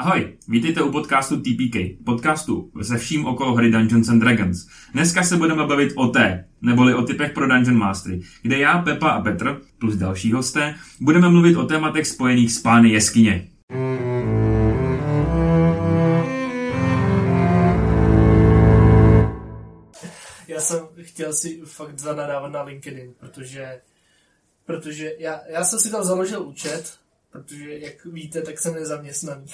Ahoj, vítejte u podcastu TPK, podcastu se vším okolo hry Dungeons and Dragons. Dneska se budeme bavit o té, neboli o typech pro Dungeon Mastery, kde já, Pepa a Petr, plus další hosté, budeme mluvit o tématech spojených s pány jeskyně. Já jsem chtěl si fakt zanadávat na LinkedIn, protože já jsem si tam založil účet, protože, jak víte, tak jsem nezaměstnaný.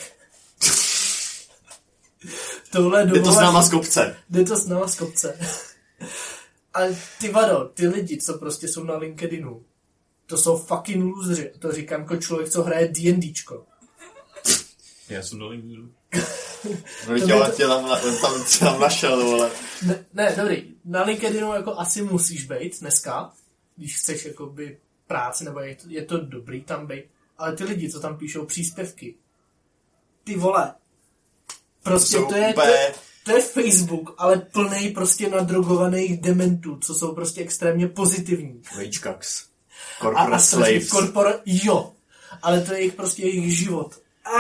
Jde to s náma z kopce. Jde to s náma z kopce. Ale ty vado, ty lidi, co prostě jsou na LinkedInu, to jsou fucking loseri. To říkám jako člověk, co hraje D&Dčko. Já jsem na LinkedInu. No tě tam našel, vole. Ne, dobrý. Na LinkedInu jako asi musíš být dneska, když chceš jakoby práci, nebo je to dobrý tam být. Ale ty lidi, co tam píšou příspěvky, ty vole, prostě to je Facebook, ale plnej prostě nadrogovaných dementů, co jsou prostě extrémně pozitivní. Rage Corporate slaves. Jo, ale to je jejich prostě jejich život.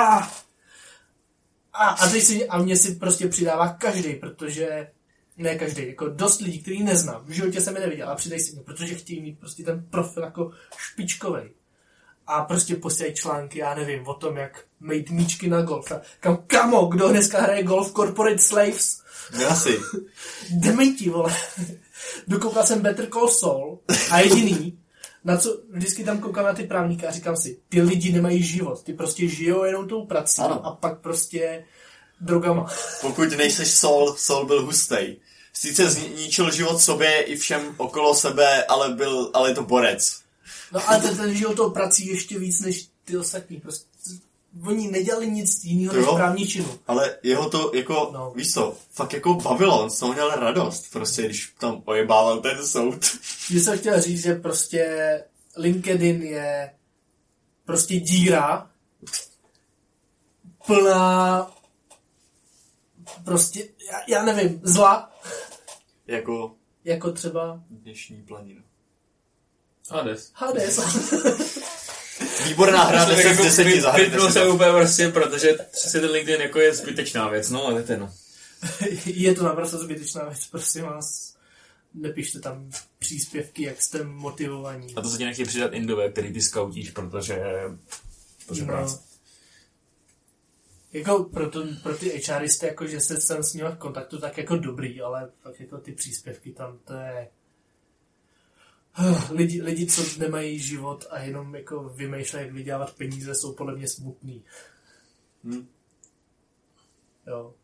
A mě si prostě přidává každý, protože ne každý, jako dost lidí, který neznám, v životě jsem je neviděl, a přidej si mě, protože chtějí mít prostě ten profil jako špičkovej. A prostě posílají články, já nevím, o tom, jak mít míčky na golf. Kamo, kdo dneska hraje golf? Corporate slaves? Asi. Dementi, vole. Dokoukal jsem Better Call Saul a jediný, na co vždycky tam koukám na ty právníky a říkám si, ty lidi nemají život, ty prostě žijou jenom tou prací, ano. A pak prostě drogama. Pokud nejseš Saul byl hustej. Sice zničil život sobě i všem okolo sebe, ale je to borec. No ale ten žil tou prací ještě víc než ty ostatní. Prostě oni nedělali nic jiného než právničinu. Ale jeho to jako, no. Víš co, fakt jako bavilo, on z toho měl radost, prostě když tam ojebával ten soud. Když jsem chtěl říct, že prostě LinkedIn je prostě díra plná prostě, já nevím, zla. Jako třeba dnešní planina. Hades. Výborná hra 10 z 10 za vypnul se úplně prostě, protože si ten LinkedIn jako je zbytečná věc, no ale to je no. Je to naprosto zbytečná věc, prosím vás. Nepište tam příspěvky, jak jste motivovaní. A to se ti nechtějí přidat Indové, který ty skautíš, protože práce. Jako pro ty HRisty, jako že se jsem s nimi v kontaktu, tak jako dobrý, ale tak jako ty příspěvky tam, to je... Lidi, co nemají život a jenom jako vymýšlejí, jak vydělávat peníze, jsou podle mě smutný. Jo.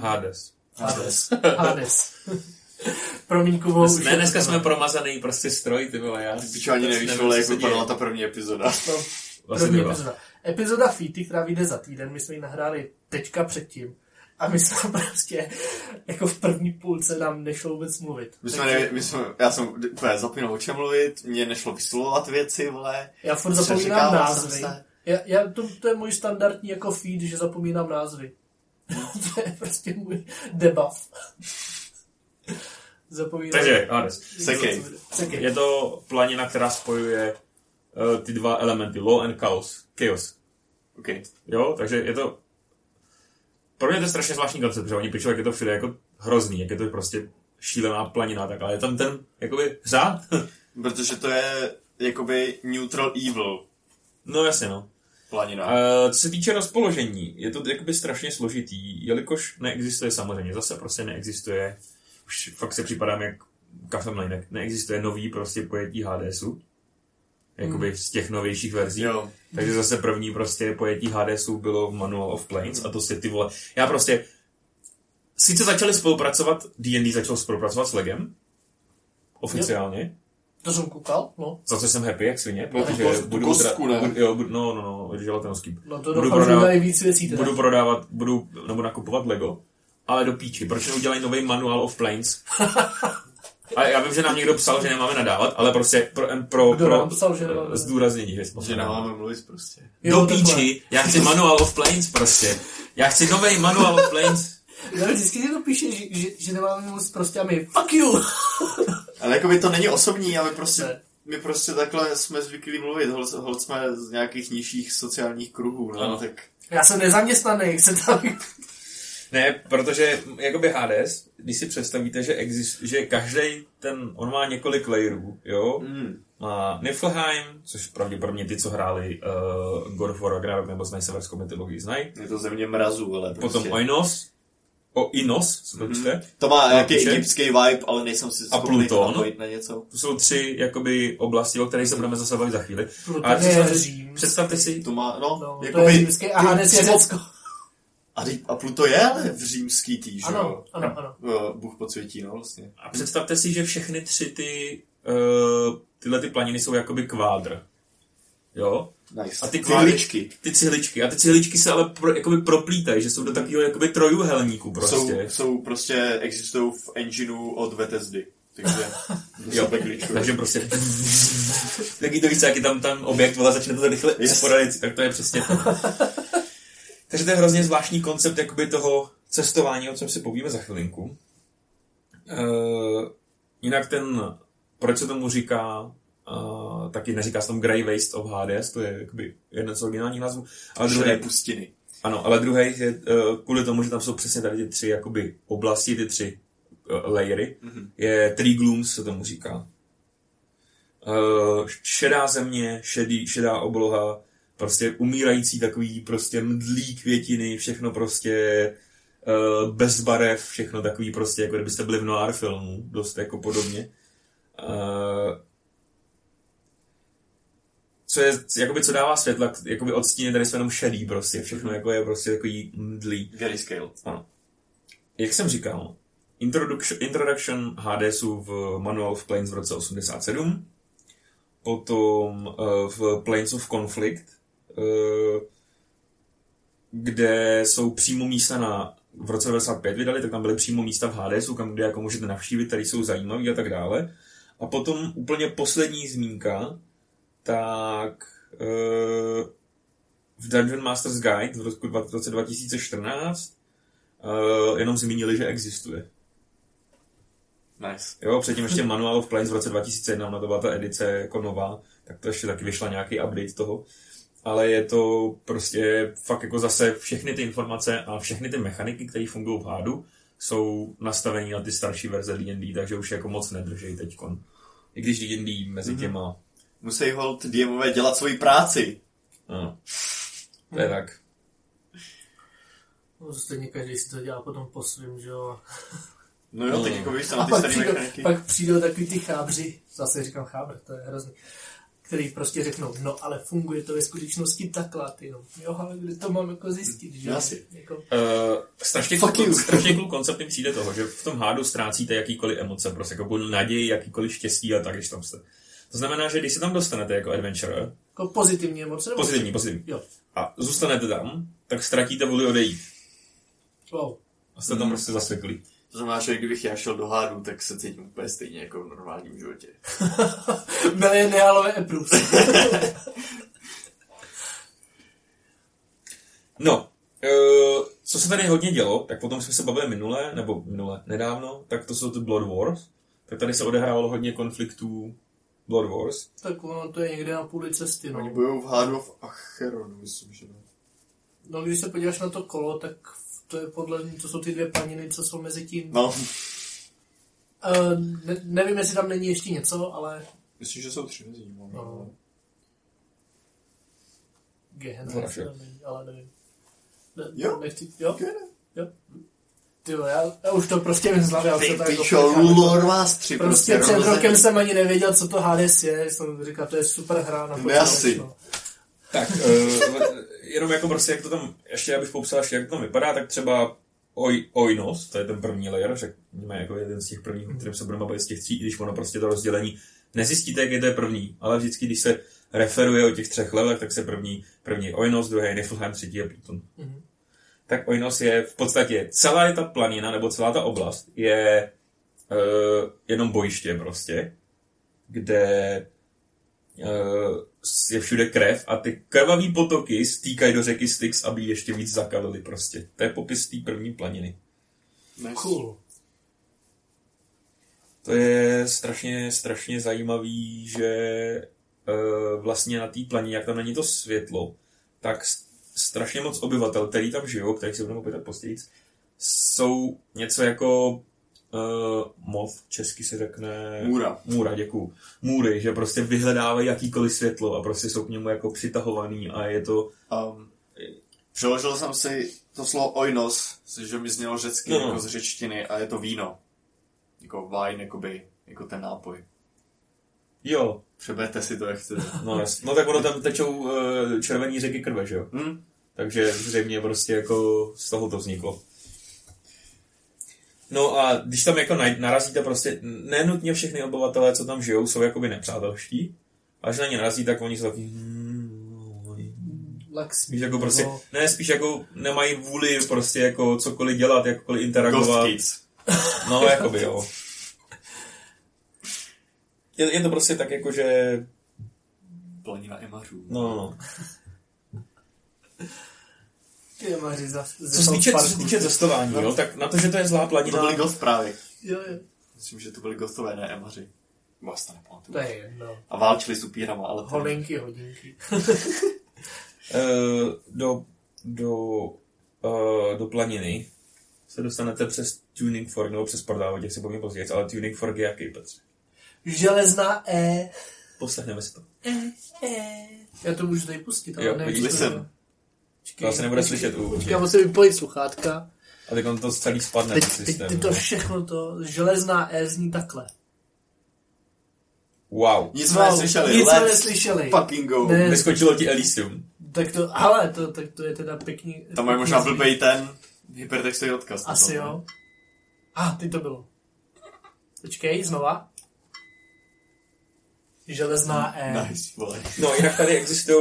Hades. Promiň, Kubo. Ne, dneska jsme promazaný prostě stroj, ty vole, já. Pičo, ani nevíš, vole, jak vypadala ta první epizoda. No, první epizoda. Epizoda Feety, která vyjde za týden, my jsme ji nahráli teďka předtím. A my jsme prostě, jako v první půlce nám nešlo vůbec mluvit. Já jsem úplně zapínal o čem mluvit, mě nešlo vyslovovat věci, vole. Já furt zapomínám názvy. To je můj standardní jako feed, že zapomínám názvy. To je prostě můj debuff. Takže, Hades. Sekej. Je to planina, která spojuje ty dva elementy, law and chaos. Okay. Jo, takže je to... Pro mě to je strašně zvláštní koncept, protože oni píšou, jak je to všude jako hrozný, jak je to prostě šílená planina, tak, ale je tam ten, jakoby, řád. Protože to je, jakoby, neutral evil. No jasně, no. Planina. Co se týče rozpoložení, je to jakoby strašně složitý, jelikož neexistuje samozřejmě, zase prostě neexistuje, už fakt se připadám jak kafemlejnek, neexistuje nový prostě pojetí Hadesu, jakoby z těch novějších verzí. Jo. Takže zase první prostě pojetí Hadesu bylo v Manual of Planes a to si ty vole. Já prostě sice začali spolupracovat, D&D začal spolupracovat s Legem oficiálně. Jo. To jsem koukal, no. Za co jsem happy, jak svině, protože budu kostku, ne? želatelnský. No to doufám, víc věcí teda. Budu nakupovat Lego, ale do píči, proč neudělají nový Manual of Planes? A já vím, že nám někdo psal, že nemáme nadávat, ale prostě pro psal, že nemáme zdůraznění, že nemáme mluvit prostě. Do píči, já chci Manual of Planes prostě. Já chci nový Manual of Planes. Já vždycky někdo píše, že nemáme mluvit prostě a my fuck you. Ale jako by to není osobní, ale prostě my prostě takhle jsme zvyklí mluvit, holt jsme z nějakých nižších sociálních kruhů, no, tak... Já jsem nezaměstnaný, jak se tam... Ne, protože jakoby Hades, když si představíte, že každý on má několik layerů, jo? Má Niflheim, což pravděpodobně ty, co hráli God of War Ragnarok nebo znají severskou mytologii, znají. Je to země mrazu, ale prostě... Potom Oinos, co to čte? To má nějaký egyptský vibe, ale nejsem si schopný na něco. To jsou 3 jakoby oblasti, o kterých se budeme zase bavit za chvíli. Ale představte si... To má, to je římský a Hades je Řecko. A Pluto je ale v římský týž, ano. Bůh podsvětí, vlastně. A představte si, že všechny 3 tyhle planiny jsou jakoby kvádr. Jo? Nice. A ty cihličky. A ty cihličky se ale jakoby proplítají, že jsou do takového jakoby trojuhelníku prostě. Jsou prostě, existují v engineu od Bethesdy. Takže jo, takže prostě taky to víc, jak je tam objekt, vole, začne to rychle sporadit, tak to je přesně to. Takže to je hrozně zvláštní koncept jakoby toho cestování, o čem si povíme za chvilinku. Jinak proč se tomu říká, taky neříká se tomu Grey Waste of Hades, to je jakoby jeden z originálních názvů. Ale druhý pustiny. Ano, ale druhý je kvůli tomu, že tam jsou přesně tady ty 3 jakoby oblasti, ty 3 layery. Je Tree Glooms, se tomu říká. Šedá země, šedá obloha, prostě umírající takový prostě mdlý květiny, všechno prostě bez barev, všechno takový prostě, jako kdybyste byli v noir filmu, dost jako podobně. Co dává světla, jakoby odstíny tady jsou jenom šedý prostě, všechno jako je prostě takový mdlý. Very scale. Ano. Jak jsem říkal, Introduction Hadesu v Manual of Planes v roce 87, potom v Planes of Conflict, kde jsou přímo místa v roce 95 vydali, tak tam byly přímo místa v Hadesu, kde jako můžete navštívit, tady jsou zajímavý a tak dále. A potom úplně poslední zmínka, tak v Dungeon Master's Guide v roce 2014 jenom zmínili, že existuje. Nice. Jo, předtím ještě Manual of Planes v roce 2001, na to byla ta edice jako nová, tak to ještě taky vyšla nějaký update toho. Ale je to prostě fakt jako zase všechny ty informace a všechny ty mechaniky, které fungují v hádu, jsou nastavení na ty starší verze D&D, takže už jako moc nedržej teďkon. I když D&D mezi těma... Musí holt DMové dělat svoji práci. Ano. To je tak. No, stejně každý si to dělá potom po svým, že jo. No jo, tak jako víš, na ty staré mechaniky. Pak přijdou takový ty chábři, zase říkám chábr, to je hrozný, který prostě řeknou, no ale funguje to ve skutečnosti takhle, ty no. Jo, ale kde to mám jako zjistit, že? Jako... strašně cool koncept mi přijde toho, že v tom hádu ztrácíte jakýkoliv emoce, prostě jako naději, jakýkoliv štěstí a tak, když tam jste. To znamená, že když se tam dostanete jako adventurer, jako pozitivní emoce? Pozitivní. Jo. A zůstanete tam, tak ztratíte vůli odejít. Wow. A jste tam prostě zasvěklí. To znamená, že kdybych já šel do hádu, tak se cítím úplně stejně jako v normálním životě. Mileniálové eprus. No, co se tady hodně dělo, tak potom jsme se bavili nedávno, tak to jsou ty Blood Wars. Tak tady se odehrávalo hodně konfliktů Blood Wars. Tak ono to je někde na půli cesty, no. Oni bojou v hádu v Acheron, myslím, že ne. No, když se podíváš na to kolo, tak to je to jsou ty 2 planiny, co jsou mezi tím. No. Nevím, jestli tam není ještě něco, ale... Myslím, že jsou 3 mezi nimi. No. Gehenna, ale nevím. Jo? Nechci, jo? Jo? Tyjo, já už to prostě vím z hlavy. Lord vás 3. Prostě před rokem jsem ani nevěděl, co to Hades je. Jsem říkal, to je super hra na počítač. Tak, jenom jako prostě, jak to tam, ještě abych popsal, jak to tam vypadá, tak třeba Oinos, to je ten první layer, řekněme jako jeden z těch prvních, o kterém se budeme bavit z těch 3, i když ono prostě to rozdělení nezjistíte, jak je to první, ale vždycky, když se referuje o těch 3 levelech, tak se první Oinos, druhý Niflheim, třetí je Pluton. Mm-hmm. Tak Oinos je v podstatě celá ta planina, nebo celá ta oblast je jenom bojiště prostě, kde je všude krev a ty krvavý potoky stýkají do řeky Styx, aby ještě víc zakalili prostě. To je popis té první planiny. Nice. Cool. To je strašně zajímavý, že vlastně na té planině, jak tam není to světlo, tak strašně moc obyvatel, který tam žijou, kterých se budeme opět později, jsou něco jako moth, česky se řekne... Můra, děkuju. Můry, že prostě vyhledávají jakýkoliv světlo a prostě jsou k němu jako přitahovaný a je to... Přeložil jsem si to slovo oinos, že mi znělo řecky jako z řečtiny a je to víno. Jako wine, jako ten nápoj. Jo. Přeberte si to, jak chcete. No tak ono tam tečou červený řeky krve, že jo? Takže zřejmě prostě jako z toho to vzniklo. No a když tam jako narazíte prostě, nenutně všechny obyvatelé, co tam žijou, jsou jakoby nepřátelští. A když na ně narazí, tak oni jsou taky... Spíš jako prostě, spíš jako nemají vůli prostě jako cokoliv dělat, jakkoliv interagovat. Ghost kids. No, jakoby jo. Je to prostě tak jako, že... Planina emařů. No. Ty emaři Co se týče cestování, jo, tak na to, že to je zlá planina... To byly ghost právě. Jo. Myslím, že to byly ghostové, ne emaři. Vlastně nepamatuju. To je jedno. A válčili s upírama, ale... Holinky, hodinky. Do planiny se dostanete přes Tuning Fork, nebo přes portál, o těch si povím později, ale Tuning Fork je jaký, Petře? Železná E. Poslechneme si to. Já to můžu tady pustit, ale jo, nevím. Listen. To se nebude slyšet. Počkej, musím vypojit sluchátka. A teď on to celý spadne. Teď to všechno to, železná E zní takhle. Wow. Nic jsme neslyšeli. Nic jsme neslyšeli. Fucking go. Vyskočilo ti Elysium. Tak to, ale to je teda pěkný. Tam je možná blbej ten hypertextový odkaz. Asi jo. Teď to bylo. Počkej, znova. Železná E. Nice, vole. No, jinak tady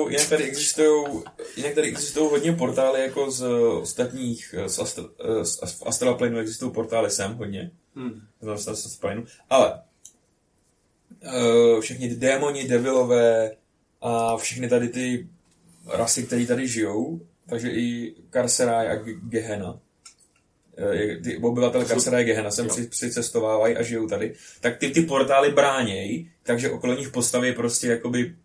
existují hodně portály, jako z ostatních, v Astral Planeu existují portály sem hodně. Z Astral Planeu. Ale všechny ty démoni, devilové a všechny tady ty rasy, které tady žijou, takže i Carcerai a Gehenna. Ty obyvatele Carcerai a Gehenna sem přicestovávají a žijou tady, tak ty portály bránějí, takže okolo nich postaví prostě jakoby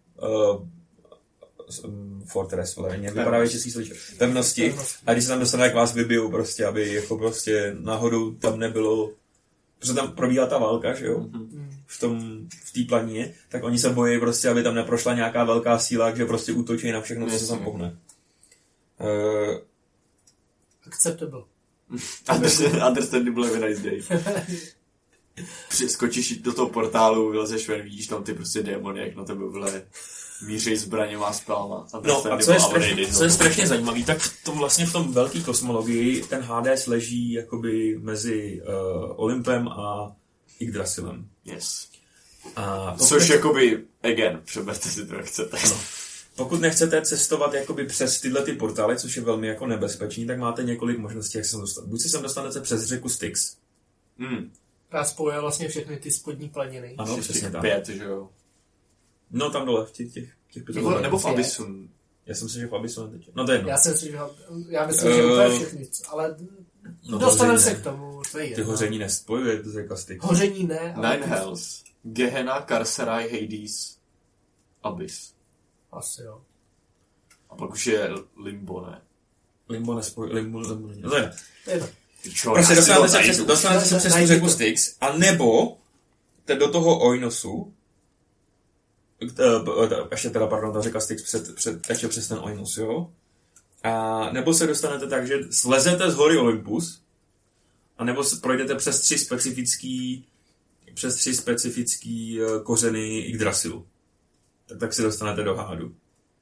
fortress, vypadávají český slovíčko, pevnosti, a když se tam dostane, jak vás vybijou prostě, aby jako prostě náhodou tam nebylo, protože tam probíhá ta válka, že jo, v té planině, tak oni se bojí prostě, aby tam neprošla nějaká velká síla, že prostě útočí na všechno, co se tam pohne. Acceptable. Understandable, have a nice day. Skočíš do toho portálu, vylezeš ven, vidíš tam ty prostě démony, jak na tebe míří zbraněma a spálma. No a co je strašně zajímavý, tak v tom velký kosmologii ten Hades leží jakoby mezi Olympem a Yggdrasilem. Yes. A což jakoby, again, přeberte si to, jak chcete. No. Pokud nechcete cestovat jakoby přes tyhle ty portály, což je velmi jako nebezpečný, tak máte několik možností, jak se sem dostat. Buď si sem dostanete přes řeku Styx. Ta spojuje vlastně všechny ty spodní planiny. Ano, přesně tak. 5, že jo? No tam dole, v těch 5. Nebo v Abyssu. Já jsem si, že v Abyssu teď. No to je jedno. Já myslím, že úplně všechny, ale dostaneme se k tomu. Ty hoření nespojuje to řeka Styx. Hoření ne. Nine Hells. Gehenna, Carcerai, Hades, Abyss. Asi jo. A pak už je Limbo, ne? Limbo nespojuje, no to je jedno. Prostě dostanete se přes tu řeku Styx, a nebo do toho Oinosu, ještě teda, pardon, ta řeka Styx ještě přes ten Oinus, jo? A nebo se dostanete tak, že slezete z hory Olympus, a nebo projdete přes tři specifický kořeny Yggdrasilu. Tak si dostanete do hádu.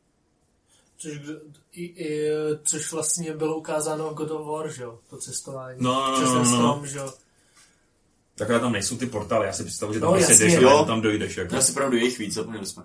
Což vlastně bylo ukázáno v God of War, že jo? To cestování. No. Že jo? Takhle tam nejsou ty portály, já si představuji, že tam prostě jdeš a tam dojdeš. Jako. Já si pravdu jejich víc, zapomněli jsme.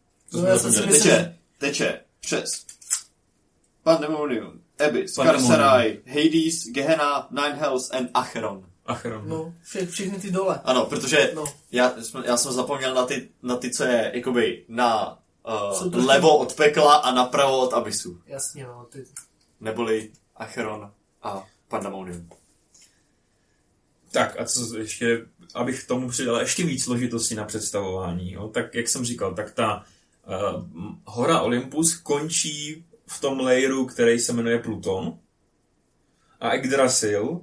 Teče přes Pandemonium, Abyss, Carcerai, Hades, Gehenna, Nine Hells and Acheron. No, všechny ty dole. Ano, protože já jsem zapomněl na ty, co je jakoby na levo od pekla a napravo od Abyssu. Jasně, no. Neboli Acheron a Pandemonium. Tak a co ještě, abych tomu přidal ještě víc složitosti na představování, jo? Tak jak jsem říkal, tak ta hora Olympus končí v tom layeru, který se jmenuje Pluton. A Yggdrasil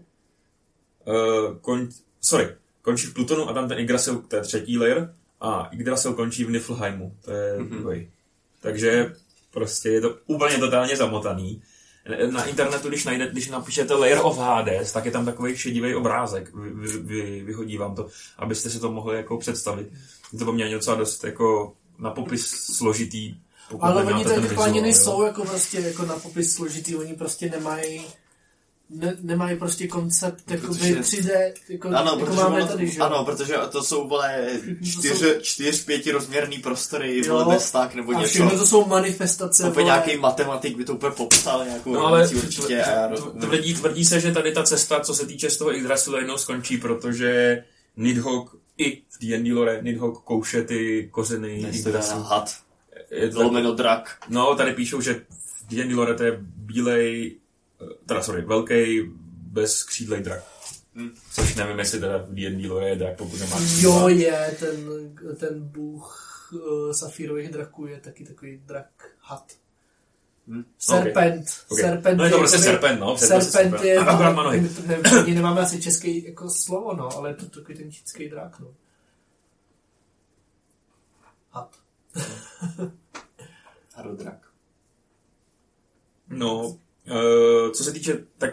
končí v Plutonu a tam ten Yggdrasil, to je třetí layer, a Yggdrasil končí v Niflheimu, to je druhý. Takže prostě je to úplně totálně zamotaný. Na internetu, když napíšete Layer of Hades, tak je tam takový šedivý obrázek. Vyhodí vám to, abyste si to mohli jako představit. Je to poměrně docela dost jako na popis složitý. Ale oni ty planiny jsou jako prostě jako na popis složitý, oni prostě nemají prostě koncept jakoby 3D, jako, ano, jako máme tady, že? Ano, protože to jsou, vole, 4-5 rozměrný prostory, vole, bez tak, nebo a něco. všechno to jsou manifestace, úplně nějaký matematik by to úplně popsal, nějakou věcí určitě. Tvrdí se, že tady ta cesta, co se týče z toho Yggdrasilu, jednou skončí, protože Nidhogg i v D&D lore Nidhogg kouše ty kořeny Yggdrasilu. Had. Lomeno drak. No, tady píšou, že v D&D lore to je velký bezkřídlej drak. Což nevím, jestli teda v D&D lore je drak, pokud nemá křídla. Jo, je, ten bůh safírových draků je taky takový drak had. Serpent. Okay. Serpent no je to prostě serpent, no. Serpent je... Akorát má nohy. Nemáme asi český jako slovo, no, ale je to takový ten čínský drak, no. Had. Harodrak. No, co se týče, tak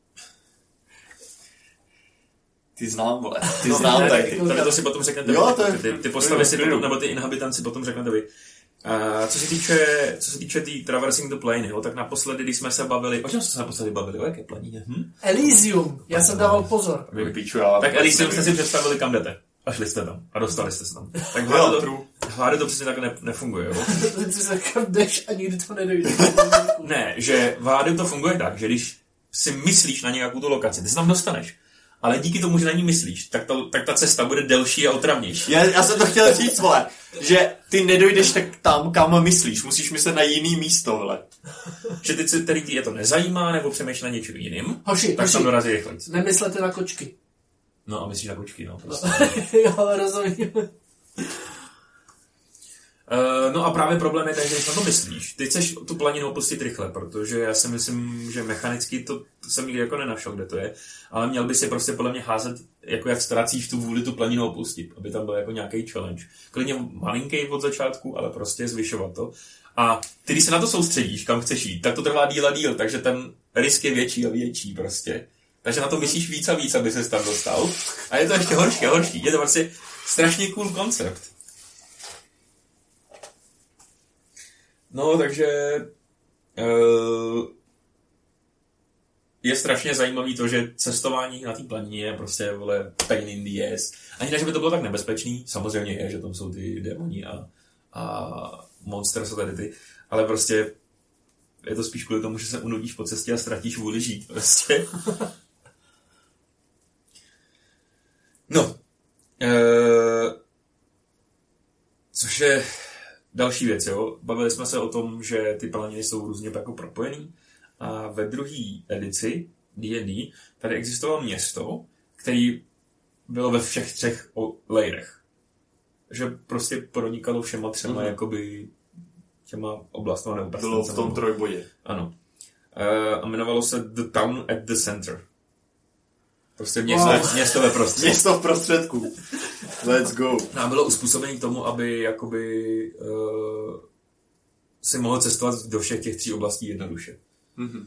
Ty znám, vole. Ty znám tady. Tady to si potom řeknete. Jo, to je... Ty postavy si potom, nebo ty inhabitanci potom řeknete vy. Co se týče tý Traversing the Plane, jo, tak naposledy, když jsme se bavili... O čem jsme se naposledy bavili? O jaké planině? Elysium. Já jsem dával pozor. Tak Elysium jste si představili, kam jdete. A šli jste tam. A dostali jste se tam. Tak hlády to přesně tak nefunguje, jo? Ty se kam jdeš a nikdy to nedojde. Ne, že v Hlády to funguje tak, že když si myslíš na nějakou tu lokaci, ty se tam dostaneš. Ale díky tomu, že na ní myslíš, tak ta cesta bude delší a otravnější. Já jsem to chtěl říct, vole, že ty nedojdeš tak tam, kam myslíš. Musíš myslet na jiný místo, vole. Že ty, který je to nezajímá, nebo přemýšlíš na něčem jiným, tak tam dorazí rychlejc. Nemyslete na kočky. No a myslíš na kočky, no. Prostě. Jo, rozumím. No a právě problém je ten, že když na to myslíš, ty chceš tu planinu opustit rychle, protože já si myslím, že mechanicky to jsem nikdy jako nenašel, kde to je, ale měl by si prostě podle mě házet, jako jak ztracíš tu vůli tu planinu opustit, aby tam byl jako nějaký challenge. Klidně malinký od začátku, ale prostě zvyšovat to. A ty, když se na to soustředíš, kam chceš jít, tak to trvá díl a díl, takže ten risk je větší a větší prostě. Takže na to myslíš víc a víc, aby ses tam dostal. A je to ještě horší a horší. Je to prostě strašně cool koncept. No, takže je strašně zajímavý to, že cestování na té planině je prostě, vole, pain in the ass. Ani ne, že by to bylo tak nebezpečný, samozřejmě je, že tam jsou ty démoni a monster totality, ale prostě je to spíš kvůli tomu, že se unudíš po cestě a ztratíš vůli žít, prostě. No, což je další věc, jo. Bavili jsme se o tom, že ty planiny jsou různě jako propojený a ve druhé edici D&D tady existovalo město, který bylo ve všech 3 layerech. Že prostě pronikalo všema 3 jakoby těma oblastma nebo bylo v tom trojbodě. Ano. A jmenovalo se The Town at the Center. Prostě město ve prostředku. Město v prostředku. Let's go. A bylo uspůsobené k tomu, aby jakoby si mohl cestovat do všech těch 3 oblastí jednoduše. Mm-hmm.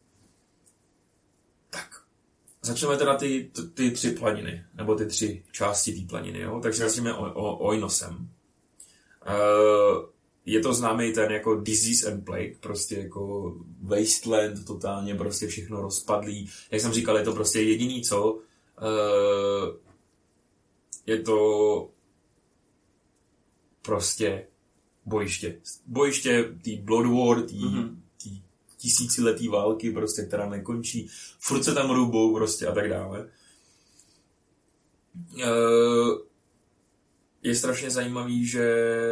Tak. Začneme teda ty 3 planiny, nebo ty 3 části té planiny, jo? Takže začneme Oinosem. Je to známý ten jako Disease and Plague, prostě jako wasteland, totálně prostě všechno rozpadlý. Jak jsem říkal, je to prostě jediný co. Je to prostě bojiště. Bojiště té Blood War, té tisíciletý války, prostě, která nekončí. Furt se tam rubou prostě a tak dále. Je strašně zajímavý, že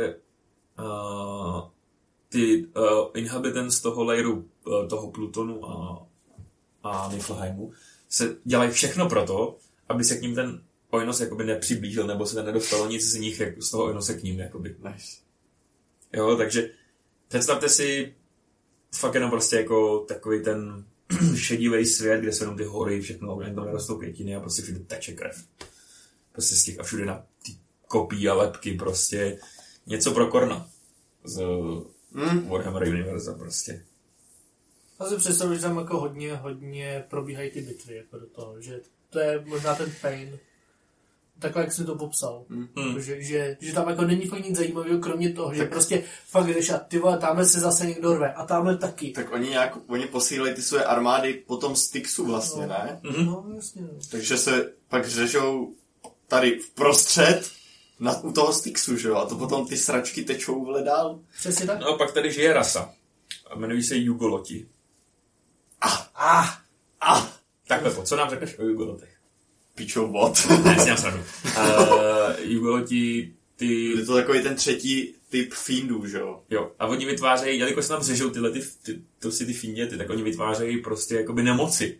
ty inhabitants toho layeru, toho Plutonu a Niflheimu se dělají všechno proto, aby se k ním ten Oinos jakoby nepřiblížil, nebo se nedostalo nic z nich, z toho Oinose k ním, jakoby. Nice. Jo, takže představte si fakt jenom prostě jako takový ten šedivý svět, kde jsou jenom ty hory, všechno, kde tam nerostou květiny a prostě všude teče krev. Prostě z těch a všude na ty kopí a lepky prostě něco pro Korna z Warhammer Universe prostě. Já si představuji, že tam jako hodně probíhají ty bitvy jako do toho, že to je možná ten pain. Takhle, jak jsi to popsal. Že tam jako není fakt nic zajímavého, kromě toho, že prostě fakt jdeš a ty vole, tamhle se zase někdo rve a tamhle taky. Tak oni posílají ty své armády potom z Tyxu vlastně, ne? No, jasně. Takže se pak řežou tady vprostřed u toho Styxu, že jo? A to potom ty sračky tečou vle dál. Přesně tak. No a pak tady žije rasa. A jmenují se Jugoloti. Takhle, co nám řekneš o Jugolotech? Pičou bot. Ne, s ním sradu. Jugoloti, ty... Je to takový ten třetí typ fiendů, že jo? Jo, a oni vytvářejí, jelikož se tam řežou tyhle ty finěty, tak oni vytvářejí prostě jakoby nemoci.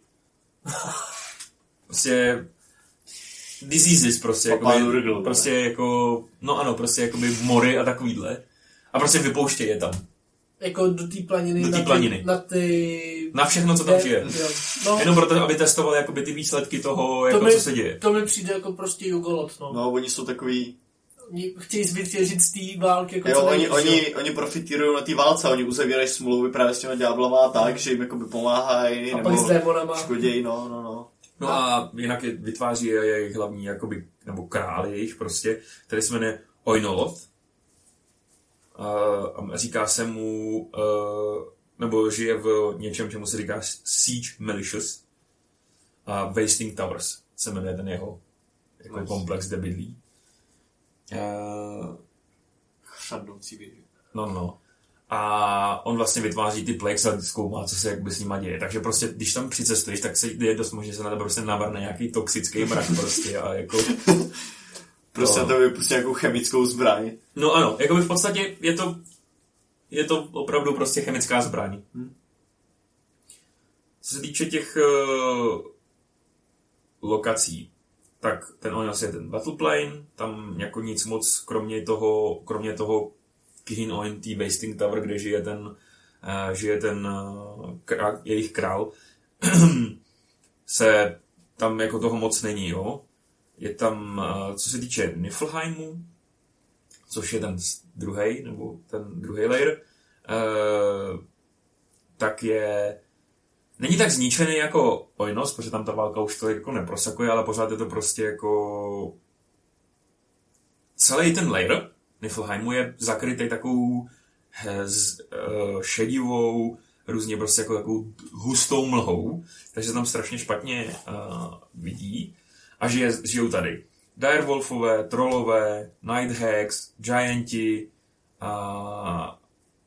Prostě diseases prostě, jako, no ano, prostě jakoby mory a takovýhle. A prostě vypouštějí je tam. Jako do té planiny. Na všechno, co tam žije. No, jenom proto, aby testovali jakoby ty výsledky toho, jako, co se děje. To mi přijde jako prostě Jugolot, no. No, oni jsou takový... Oni chtějí zvytěžit z té války. Jako jo, oni profitují na té válce, oni uzavírají smlouvy právě s těma ďáblama tak, že jim jakoby pomáhají, a nebo škodějí, no. No a jinak vytváří jejich hlavní, jakoby, nebo král jejich prostě, který se jmenuje Oinoloth. A říká se mu, nebo žije v něčem, čemu se říká Siege Malicious. A Wasting Towers se jmenuje ten jeho jako komplex, kde bydlí. Chřadnoucí věži. No. A on vlastně vytváří ty plagues a zkoumá, co se jakoby s nima děje. Takže prostě, když tam přicestuješ, tak se je dost možné, že se na tebe prostě navrne nějaký toxický mrak prostě a jako... Prostě to vypustí nějakou chemickou zbraň. No ano, jakoby v podstatě je to opravdu prostě chemická zbraň. Co se týče těch lokací, tak ten Oinos je ten Battleplane, tam jako nic moc, kromě toho Kihin Oin, tý Wasting Tower, kde žije ten jejich král, se tam jako toho moc není, jo. Je tam, co se týče Niflheimu, což je ten druhý layer, tak není tak zničený jako Oinos, protože tam ta válka už to jako neprosakuje, ale pořád je to prostě jako... Celý ten layer Niflheimu je zakrytý takovou šedivou, různě prostě jako takovou hustou mlhou, takže se tam strašně špatně vidí. A žijou tady direwolfové, trollové, nighthags, gianti a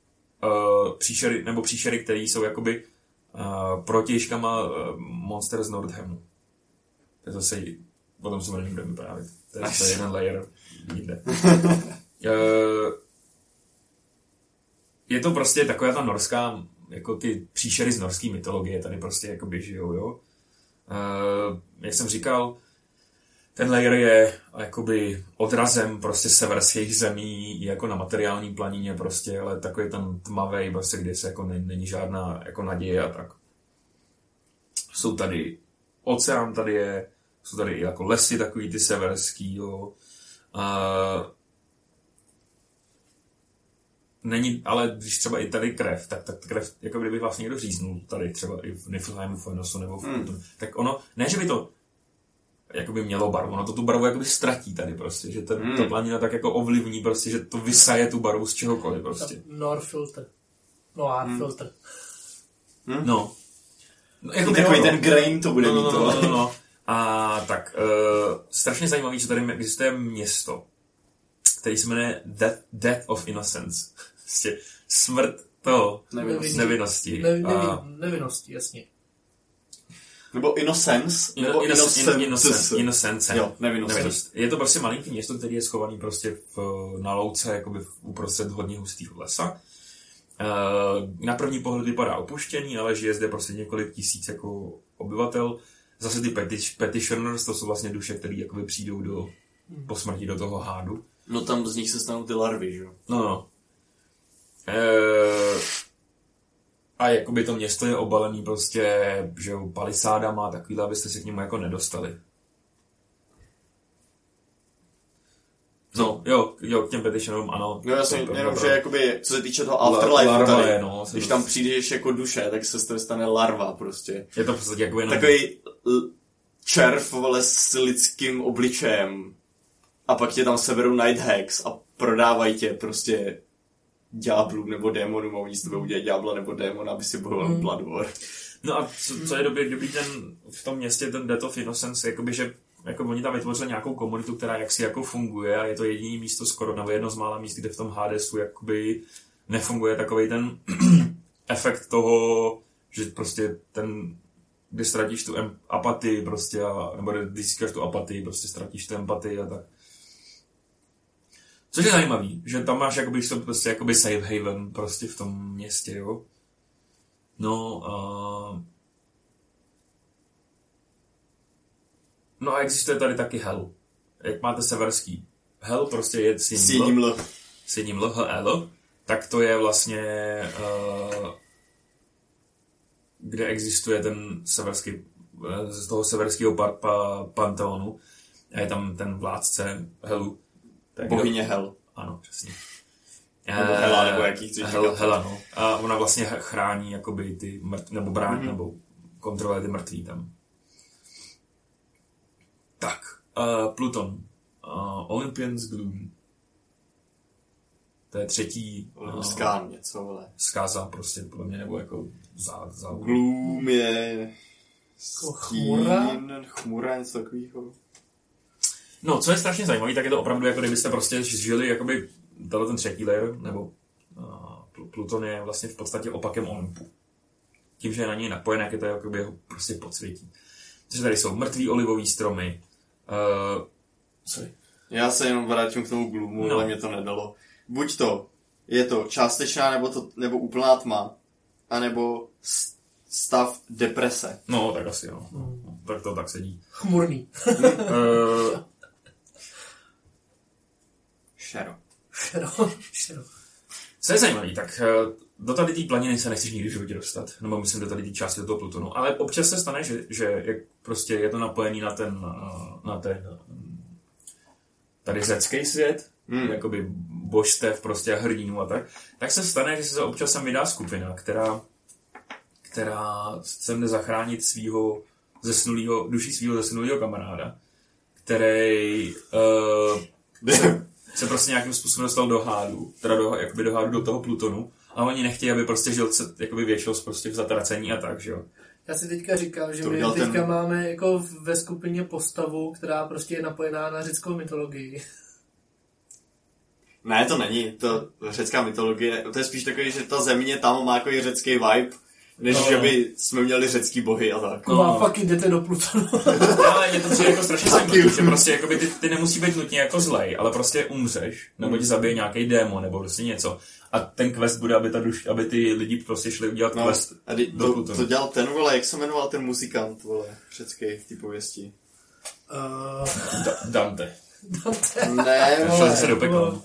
příšery, které jsou jakoby protějškama monster z Nordhamu. To je zase, o tom se mi nebudeme vyprávět. To je jeden layer jinde. Je to prostě taková ta norská, jako ty příšery z norské mytologie tady prostě jakoby žijou, jo. Jak jsem říkal, ten layer je jakoby odrazem prostě severských zemí jako na materiální planině prostě, ale takový tam tmavý, prostě, kde se jako není žádná jako naděje a tak. Jsou tady oceán, jsou tady i jako lesy takový ty severský, jo. Není, ale když třeba i tady krev, tak krev, jako kdyby vlastně někdo říznul tady třeba i v Niflheimu, v Oinosu nebo v Fulton, tak ono, ne, že by to jakoby mělo barvu, ono to tu barvu jakoby ztratí tady prostě, že ta planina tak jako ovlivní prostě, že to vysaje tu barvu z čehokoliv prostě. Noir filter. No. Jako takový ten grain to bude mít to. No. A tak, strašně zajímavý, že tady existuje město, který se jmenuje Death of Innocence. Prostě smrt toho nevinnosti. Nevinnosti, jasně. Nebo Innocence. Innocence. Jo, nevinnost. Je to prostě malinký město, který je schovaný prostě na louce, jakoby uprostřed hodně hustého lesa. Na první pohled vypadá opuštěný, ale žije zde prostě několik tisíc jako obyvatel. Zase ty petitioners, to jsou vlastně duše, které jakoby přijdou po smrti do toho hádu. No tam z nich se stanou ty larvy, že jo? No. A jakoby to město je obalený prostě, že jo, palisádama a takovýhle, abyste se k němu jako nedostali. No, jo, k těm petitionům, ano. No jasně, jenom, že jakoby, co se týče toho afterlife tady, no, když tam přijdeš jako duše, tak se z toho stane larva prostě. Je to v podstatě jako jenom... Takový červ, vole, s lidským obličejem. A pak tě tam seberou Nighthawks a prodávají tě prostě ďáblům nebo démonům a oni z tebe udělají ďábla nebo démona, aby si bojoval Bloodborne. No a co je dobrý v tom městě, ten Death of Innocence, jakoby, že jako oni tam vytvořili nějakou komunitu, která jaksi jako funguje a je to jediné místo skoro, nebo jedno z mála míst, kde v tom Hadesu jakoby nefunguje takovej ten efekt toho, že prostě když ztratíš tu apatii prostě, nebo když získáš tu apatii, prostě ztratíš tu empatii a tak. Což je zajímavý, že tam máš jakoby, prostě jakoby safe haven prostě v tom městě, jo. No a existuje tady taky Hell. Jak máte severský. Hell prostě je s jedním L, tak to je vlastně kde existuje ten severský, z toho severského panteonu a je tam ten vládce Hellu. Bohyně Hell. Ano, přesně. Nebo Hela, nebo jaký chceš říkat. Hela, no. A ona vlastně chrání jakoby ty nebo brání, nebo kontroluje ty mrtví tam. Tak, Pluton. Olympian's Gloom. To je třetí... Skán něco, vole. Zkáza prostě, podle mě, nebo jako za Gloom je... Chmura, něco takového. No, co je strašně zajímavé, tak je to opravdu, jako kdybyste prostě žili, jakoby, ten třetí layer, nebo Pluton je vlastně v podstatě opakem Olympu. Tím, že je na něj napojen, jak je to jakoby jeho prostě podsvětí. Takže tady jsou mrtví olivový stromy. Já se jenom vrátím k tomu Gloomu, ale mě to nedalo. Buď to je to částečná nebo úplná tma, anebo stav deprese. No, tak asi jo. Tak to tak sedí. Chmurný. Šero. Co je zajímavý, tak do tady té planiny se nechceš nikdy v životě dostat, nebo myslím do tady té části do toho Plutonu, ale občas se stane, že jak prostě je to napojený na ten tady řecký svět, jakoby božstev prostě a hrdinů a tak se stane, že se občas sem vydá skupina, která se jde zachránit duší svýho zesnulýho kamaráda, který se prostě nějakým způsobem dostal do hádu, jakoby do hádu do toho Plutonu, a oni nechtějí, aby prostě žil jakoby věčnost prostě v zatracení a tak, že jo. Já si teďka říkám, že my teďka máme jako ve skupině postavu, která prostě je napojená na řeckou mytologii. Ne, to není. To řecká mytologie, to je spíš takový, že ta země tam má jako i řecký vibe, než že by jsme měli řecký bohy a tak. No. Fakt jdete do Plutonu. Ale je to přijde jako strašně zajímavé, že prostě jakoby ty nemusí být nutně jako zlej, ale prostě umřeš, nebo ti zabije nějaký démon, nebo prostě něco. A ten quest bude, aby ty lidi prostě šli udělat quest do Plutonu. To dělal ten, vole, jak se jmenoval ten muzikant, vole, řecký v té pověsti? Dante. Ne, vole. Se do pekla.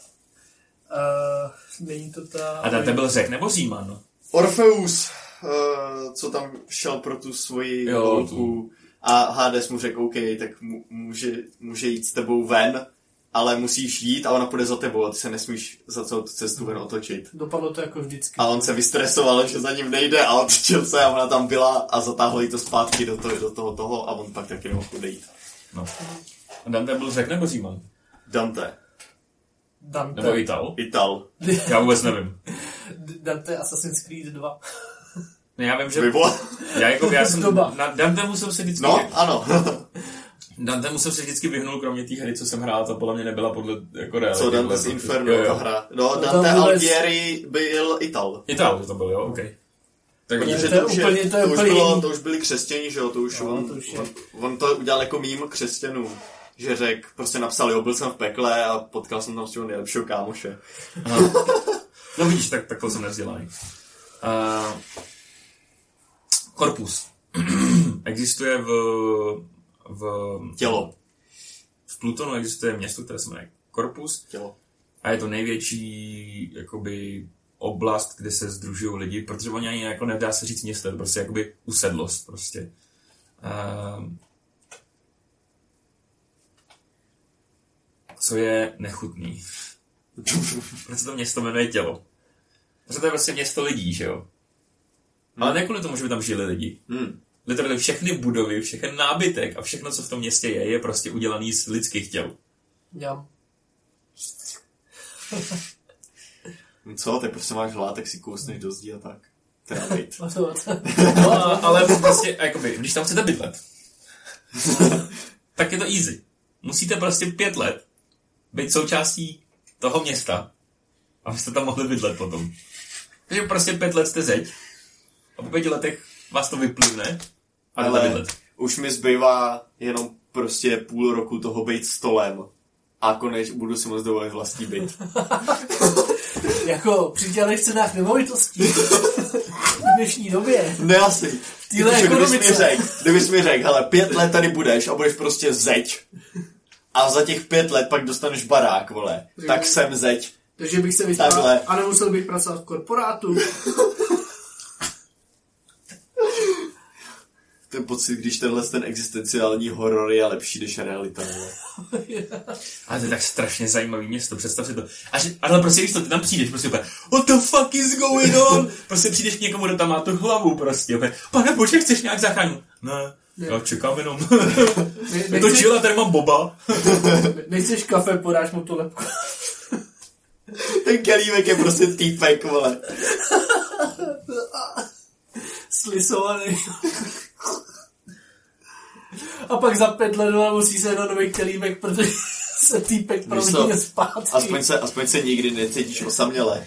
Není to ta... A Dante byl Řek nebo Říman? Orfeus, co tam šel pro tu svoji holku a Hades mu řekl, OK, tak může jít s tebou ven, ale musíš jít a ona půjde za tebou a ty se nesmíš za celou tu cestu ven otočit. Dopadlo to jako vždycky. A on se vystresoval, že za ním nejde a otočil se a ona tam byla a zatáhl jí to zpátky do toho a on pak taky nemohl odejít. No. A Dante byl Řek nebo Říman? Dante. Nebo Ital? Já vůbec nevím. Dante Assassin's Creed 2. Já vím, že... Já jsem... Na Dantemu jsem se vždycky... No, ano. Dantemu jsem se vždycky vyhnul, kromě té hry, co jsem hrál, ta podle mě nebyla podle jako reality. Co Dante's Inferno, ta hra. No, Dante Alighieri byl Ital. Ital to byl, jo, okej. Takže to už byli křesťaní, že jo, to už on to udělal jako mým křesťanů. Že řekl, prostě napsal, jo, byl jsem v pekle a potkal jsem tam svého nejlepšího kámoše. No vidíš, takhle jsem nevzdělaný. Korpus. Existuje v tělo. V Plutonu existuje město, které se jmenuje Korpus. Tělo. A je to největší jakoby oblast, kde se sdružují lidi, protože oni ani jako nedá se říct město, to prostě jakoby usedlost prostě. Co je nechutný. Proč se to město jmenuje Tělo? Protože to je prostě město lidí, že jo? Ale ne kvůli tomu, že by tam žili lidi. Literally všechny budovy, všechny nábytek a všechno, co v tom městě je prostě udělaný z lidských těl. Já. Co? Ty prostě máš hlad, tak si kousneš do zdí a tak. Teda bejt. No, ale prostě, jakoby, když tam chcete bydlet, tak je to easy. Musíte prostě 5 let být součástí toho města, abyste tam mohli bydlet potom. Takže prostě 5 let jste zeď a po 5 letech vás to vyplivne a jdete bydlet. Už mi zbývá jenom prostě půl roku toho být stolem a konečně budu si moc dovolit vlastní byt. Jako při těchto cenách nemovitostí v dnešní době. Ne asi. V téhle ekonomice. Kdybys mi řekl, hele, 5 let tady budeš a budeš prostě zeď. A za těch 5 let pak dostaneš barák, vole. Tak jsem zeď. Takže bych se vyspal a nemusel bych pracovat v korporátu. Ten pocit, když ten existenciální horor je lepší než realita. Ale to je tak strašně zajímavý město, představ si to. Ale prostě víš to, ty tam přijdeš, prostě úplně, what the fuck is going on? Prostě přijdeš k někomu, kdo tam má tu hlavu, prostě úplně, pane bože, chceš nějak zachránit? Ne, já čekám jenom. Je to chill a tady mám Boba. Nechceš kafe, podáš mu tu lepku. Ten kelímek je prostě týpek, vole. Slisovaný. A pak za 5 let musí se na nový kelímek, protože se týpek promění zpátky. Aspoň se nikdy necítíš osaměle.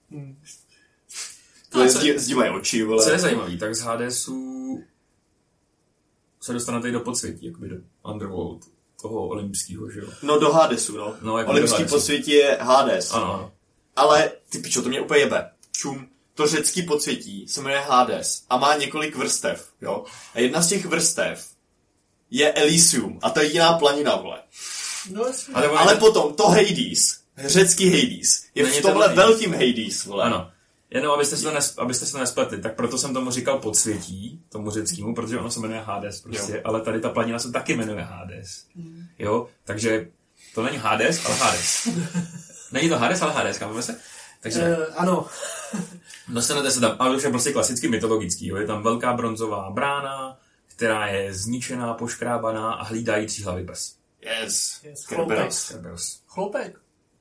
Zdívají oči, vole. Co je zajímavý, tak z Hadesu se dostanete i do podsvětí, jakoby do Underworld, toho olympského, že jo? No do Hadesu, no jako olympský podsvětí je Hades. Ano. Ale, ty pičo, to mě úplně jebe. To řecký podsvětí se jmenuje Hades a má několik vrstev, jo? A jedna z těch vrstev je Elysium a to je jediná planina, vole. No, ale potom to Hades, řecký Hades, je v tomhle velkým Hades, vole. Ano. Jenom abyste se to nespletli, tak proto jsem tomu říkal podsvětí, tomu řeckému, protože ono se jmenuje Hades prostě, jo. Ale tady ta planina se taky jmenuje Hades. Jo, takže to není Hades, ale Hades. Není to Hades, ale Hades, kámeme se? Takže ano. Dostanete se tam, ale už je prostě klasicky mytologický, jo. Je tam velká bronzová brána, která je zničená, poškrábaná a hlídají 3 hlavy pes. Yes. Kerberos. Chloupek.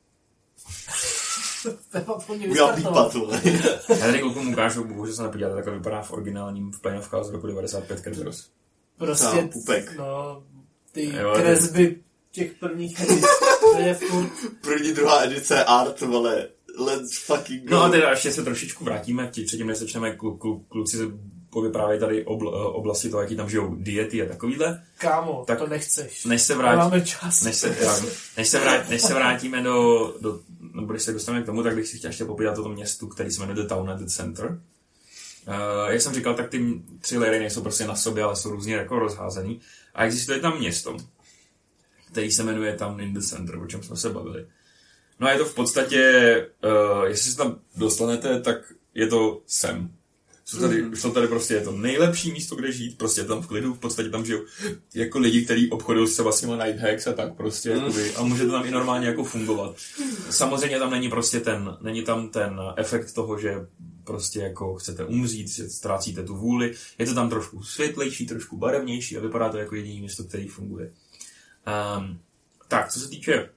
Udělal výpad, vole. Já tady klukům ukážu, bohužel se nepodíváte, takhle vypadá v originálním v Plane of Chaos z roku 95 Kerberos. Prostě, pupek. No, ty kresby těch prvních edic, to je furt. První, druhá edice art, vole. Let's fucking go. No a teda ještě se trošičku vrátíme, předtím než začneme, kluci se povyprávějí tady oblasti toho, jaký tam žijou diety a takovýhle. Kámo, tak to nechceš. Nemáme čas. Než se vrátíme nebo když se dostaneme k tomu, tak bych si chtěl ještě popovídat o tom městu, který se jmenuje The Town at the Center. Jak jsem říkal, tak ty 3 layery nejsou prostě na sobě, ale jsou různě jako rozházený. A existuje tam město, který se jmenuje Town in the Center, o čem jsme se bavili. No a je to v podstatě, jestli se tam dostanete, tak je to sem. Jsou tady prostě, je to nejlepší místo, kde žít, prostě tam v klidu, v podstatě tam žijou jako lidi, kteří obchodují se vlastníma night hacks a tak prostě, jakoby, a může to tam i normálně jako fungovat. Samozřejmě tam není tam ten efekt toho, že prostě jako chcete umřít, že ztrácíte tu vůli, je to tam trošku světlejší, trošku barevnější a vypadá to jako jediné místo, který funguje. Tak, co se týče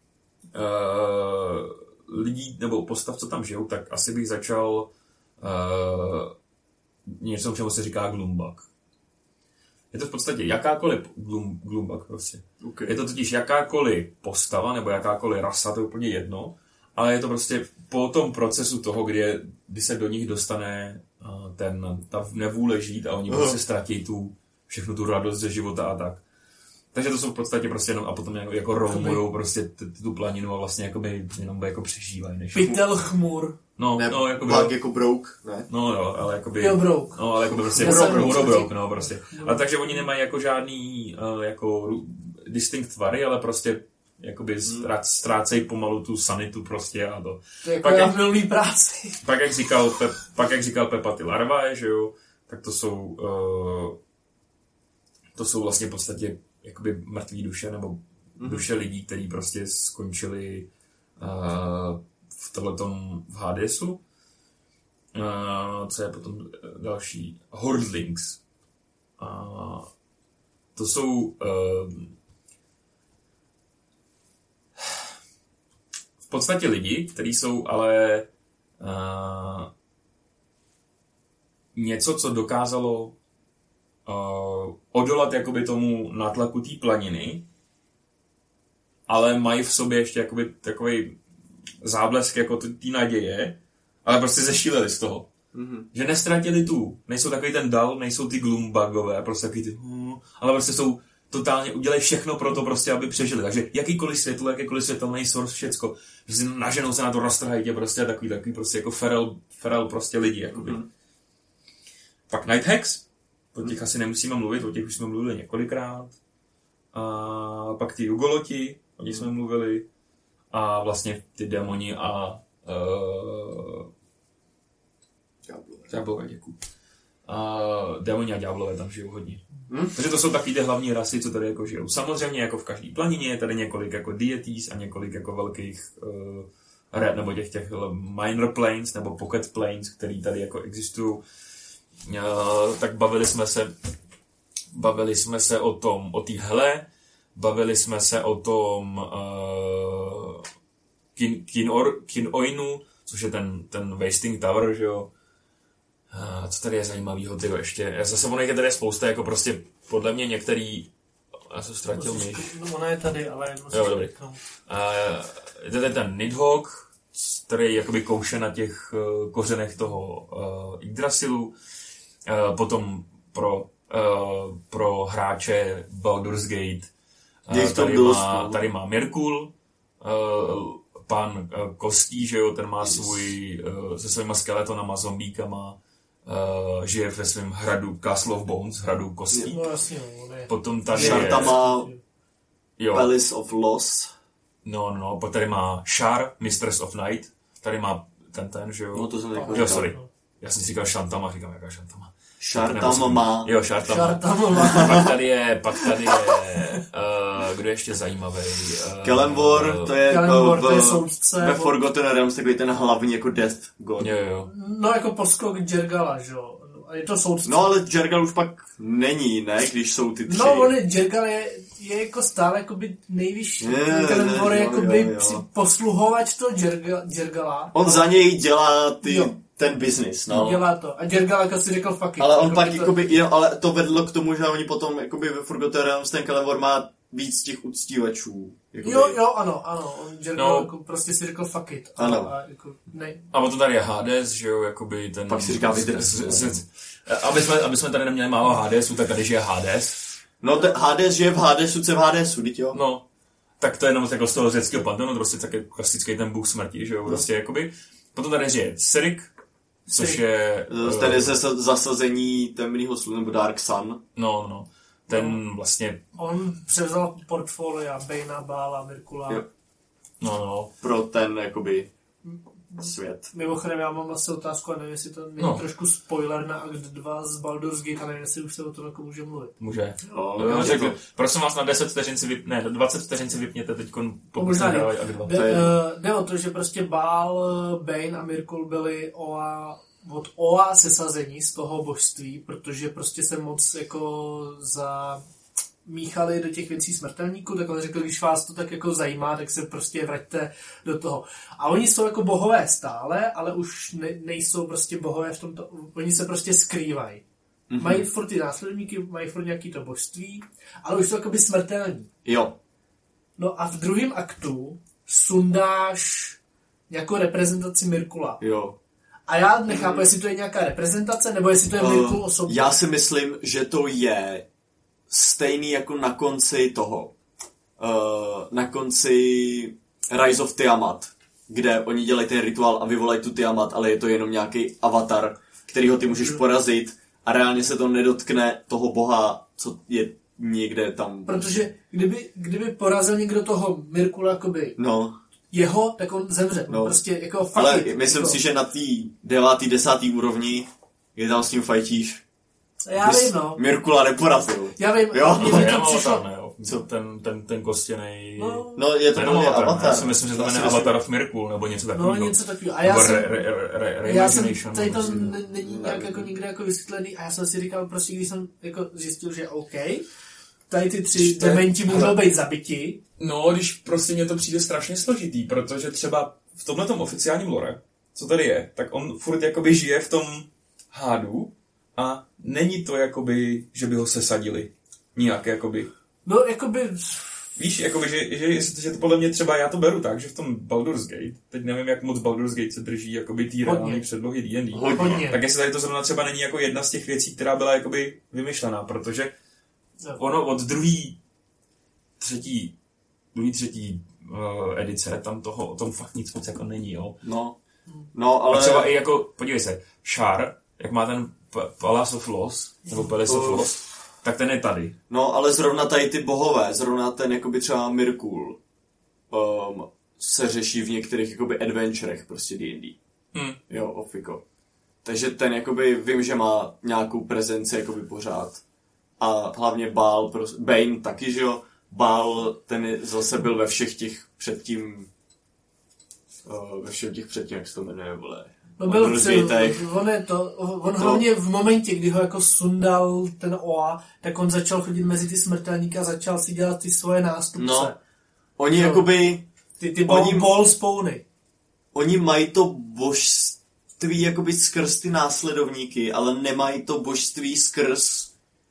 lidí nebo postav, co tam žijou, tak asi bych začal něco, čemu se říká Gloombug. Je to v podstatě jakákoliv Gloombug prostě. Okay. Je to totiž jakákoliv postava nebo jakákoliv rasa, to je úplně jedno, ale je to prostě po tom procesu toho, kdy se do nich dostane ta nevůle žít a oni prostě ztratí všechnu tu radost ze života a tak. Takže to jsou v podstatě prostě jenom a potom jako roamujou prostě tu planinu a vlastně jakoby jenom jako přežívají. Než pytel chmur. No, jakoby... Pak jako brouk, ne? No, ale jakoby... Jo, brouk. No, ale jakoby prostě... Brouk, no, prostě. Ale takže oni nemají jako žádný jako distinct tvary, ale prostě jakoby ztrácejí pomalu tu sanitu prostě a to. To je jako já milý práci. Pak jak říkal Pepa, ty larvae, že jo, tak to jsou vlastně v podstatě jakoby mrtvý duše nebo duše lidí, kteří prostě skončili v tohletom v Hadesu. Co je potom další? Hordlings. To jsou v podstatě lidi, kteří jsou ale něco, co dokázalo odolat jakoby tomu nátlaku té planiny, ale mají v sobě ještě jakoby takový záblesk jako té naděje, ale prostě zešíleli z toho. Mm-hmm. Že nestratili nejsou takový ten dal, nejsou ty gloombugové, prostě takový ty, ale prostě jsou totálně, udělají všechno pro to prostě, aby přežili. Takže jakýkoliv světelný source, všecko, že si naženou se na to, roztrhají tě prostě takový prostě jako feral prostě lidi, jakoby. Mm-hmm. Pak Nighthawks, o těch asi nemusíme mluvit, o těch už jsme mluvili několikrát. A pak ty Ugoloti, o těch jsme mluvili. A vlastně ty démoni a ďáblové, děkuji. A démoni a ďáblové tam žijou hodně. Takže to jsou taky ty hlavní rasy, co tady jako žijou. Samozřejmě jako v každé planině je tady několik jako deities a několik jako velkých nebo těch minor planes nebo pocket planes, který tady jako existují. Tak bavili jsme se o tom, o té hele, bavili jsme se o tom Kin-Oinu, což je ten Wasting Tower, že jo. Co tady je zajímavýho, tyho ještě? Zase ono je tady spousta, jako prostě podle mě některý... Já jsem ztratil myš. No ona je tady, ale... Jo, dobrý. Je tady ten Nidhogg, který je jakoby kouše na těch kořenech toho Yggdrasilu. Potom pro hráče Baldur's Gate tady má Mirkul, pán kostí, že jo, ten má svůj se svýma skeletonama, zombíkama, žije ve svém hradu Castle of Bones, hradu kostí. No, jasně, potom tady Šarta má Palace of Loss. No, pak tady má Shar, Mistress of Night, tady má ten, že jo. No to jsem jako jo, sorry. Já jsem si říkal Shantama, říkám, jaká Shantama. Šartama má. Jo, Šartama. Pak tady je kdo je ještě zajímavý? Kelemvor, to je soudce. Ve Forgotten Realms takový ten hlavní jako Death God. Jo. No jako poskok Jergala, že jo. Je to soudce. No ale Jergal už pak není, ne? Když jsou ty tři. No, Jergal je jako stále jakoby nejvyšší. Kelemvor je jakoby posluhovač toho Jergala. On za něj dělá ten business, no. Dělá to. A Jergal jako si řekl fuck it. Ale on pak jakoby, ale to vedlo k tomu, že oni potom jakoby ve Forgotten Realms ten Kelemvor má víc těch uctívačů. Jakoby. Jo, ano. On Jergal jako prostě si řekl fuck it. Ano. A potom tady je Hades, že jo, jakoby ten... Pak si říká aby jsme tady neměli málo Hadesu, tak tady žije Hades. No, Hades žije v Hadesu, co je v Hadesu, teď jo? No, tak to je jenom jako z toho řeckého panteonu, prostě taky klasický ten bůh smrti, že jo, prostě jakoby. Potom tady žije Sirik, což je... Ten je ze zasazení temného slunce, nebo Dark Sun. No. Ten vlastně... On převzal portfolia Bejna, Bála, Mirkula. Jo. No. Pro ten, jakoby, svět. Mimochodem, já mám asi otázku, a nevím, jestli to není trošku spoiler na Akt 2 z Baldur's Gate, a nevím, jestli už se o tom jako může mluvit. Může. Jo, řekl. Prosím vás, na 10 vteřin si 20 vteřin si vypněte teďkon, pokud se hrávají Akt 2. Jde o to, že prostě Bál, Bane a Mirkul byli od Oa sesazení z toho božství, protože prostě se moc jako míchali do těch věcí smrtelníků, tak on řekl, když vás to tak jako zajímá, tak se prostě vraťte do toho. A oni jsou jako bohové stále, ale už nejsou prostě bohové v tomto, oni se prostě skrývají. Mm-hmm. Mají furt ty následníky, mají furt nějaký to božství, ale už jsou jakoby smrtelní. Jo. No a v druhém aktu sundáš nějakou reprezentaci Mirkula. Jo. A já nechápu, jestli to je nějaká reprezentace, nebo jestli to je Mirkul osobně. Já si myslím, že to je stejný jako na konci toho. Na konci Rise of Tiamat, kde oni dělají ten rituál a vyvolají tu Tiamat, ale je to jenom nějaký avatar, kterýho ty můžeš porazit a reálně se to nedotkne toho boha, co je někde tam... Protože kdyby porazil někdo toho Mirkula jakoby jeho, tak on zemře. No. Prostě jako fakt. Ale myslím si, že na té 9., 10. úrovni, kdy tam s ním fajtíš, já vím, no. Mirkula neporazil. Já vím, jo? Mě to přišlo... Co? Ten kostěnej... No, je to nový Avatar. Já si myslím, že to jmenuje Avatar of Miracle, nebo něco takového. No, něco takového. A já jsem tady to není nějak jako nikde jako vysvětlený a já jsem si říkal prostě, když jsem jako zjistil, že OK, tady ty 3 dementi můžou být zabiti. No, když prostě mně to přijde strašně složitý, protože třeba v tomhletom oficiálním lore, co tady je, tak on furt jakoby žije v tom hádu a není to jakoby, že by ho sesadili. Nijak jakoby... No, jakoby... Víš, jakoby, že to podle mě třeba, já to beru tak, že v tom Baldur's Gate, teď nevím, jak moc Baldur's Gate se drží jakoby tý reálný předlohy D&D, tak jestli tady to zrovna třeba není jako jedna z těch věcí, která byla jakoby vymyšlená, protože ono od druhý, třetí edice, tam toho, o tom fakt nic moc jako není, jo. No, ale... A třeba i jako, podívej se, Shar, jak má ten Palace of Loss, nebo Palace of Loss, tak ten je tady. No, ale zrovna tady ty bohové, zrovna ten jakoby třeba Mirkul, se řeší v některých jakoby adventurech prostě D&D. Jo, ofiko. Takže ten jakoby vím, že má nějakou prezenci jakoby pořád. A hlavně Bane taky, že jo. Bál, ten zase byl ve všech těch předtím, jak se to jmenuje, vole. No byl on hlavně v momentě, kdy ho jako sundal ten Oa, tak on začal chodit mezi ty smrtelníky a začal si dělat ty svoje nástupce. No, oni jakoby... Ty ball spawny. Oni mají to božství jakoby skrz ty následovníky, ale nemají to božství skrz...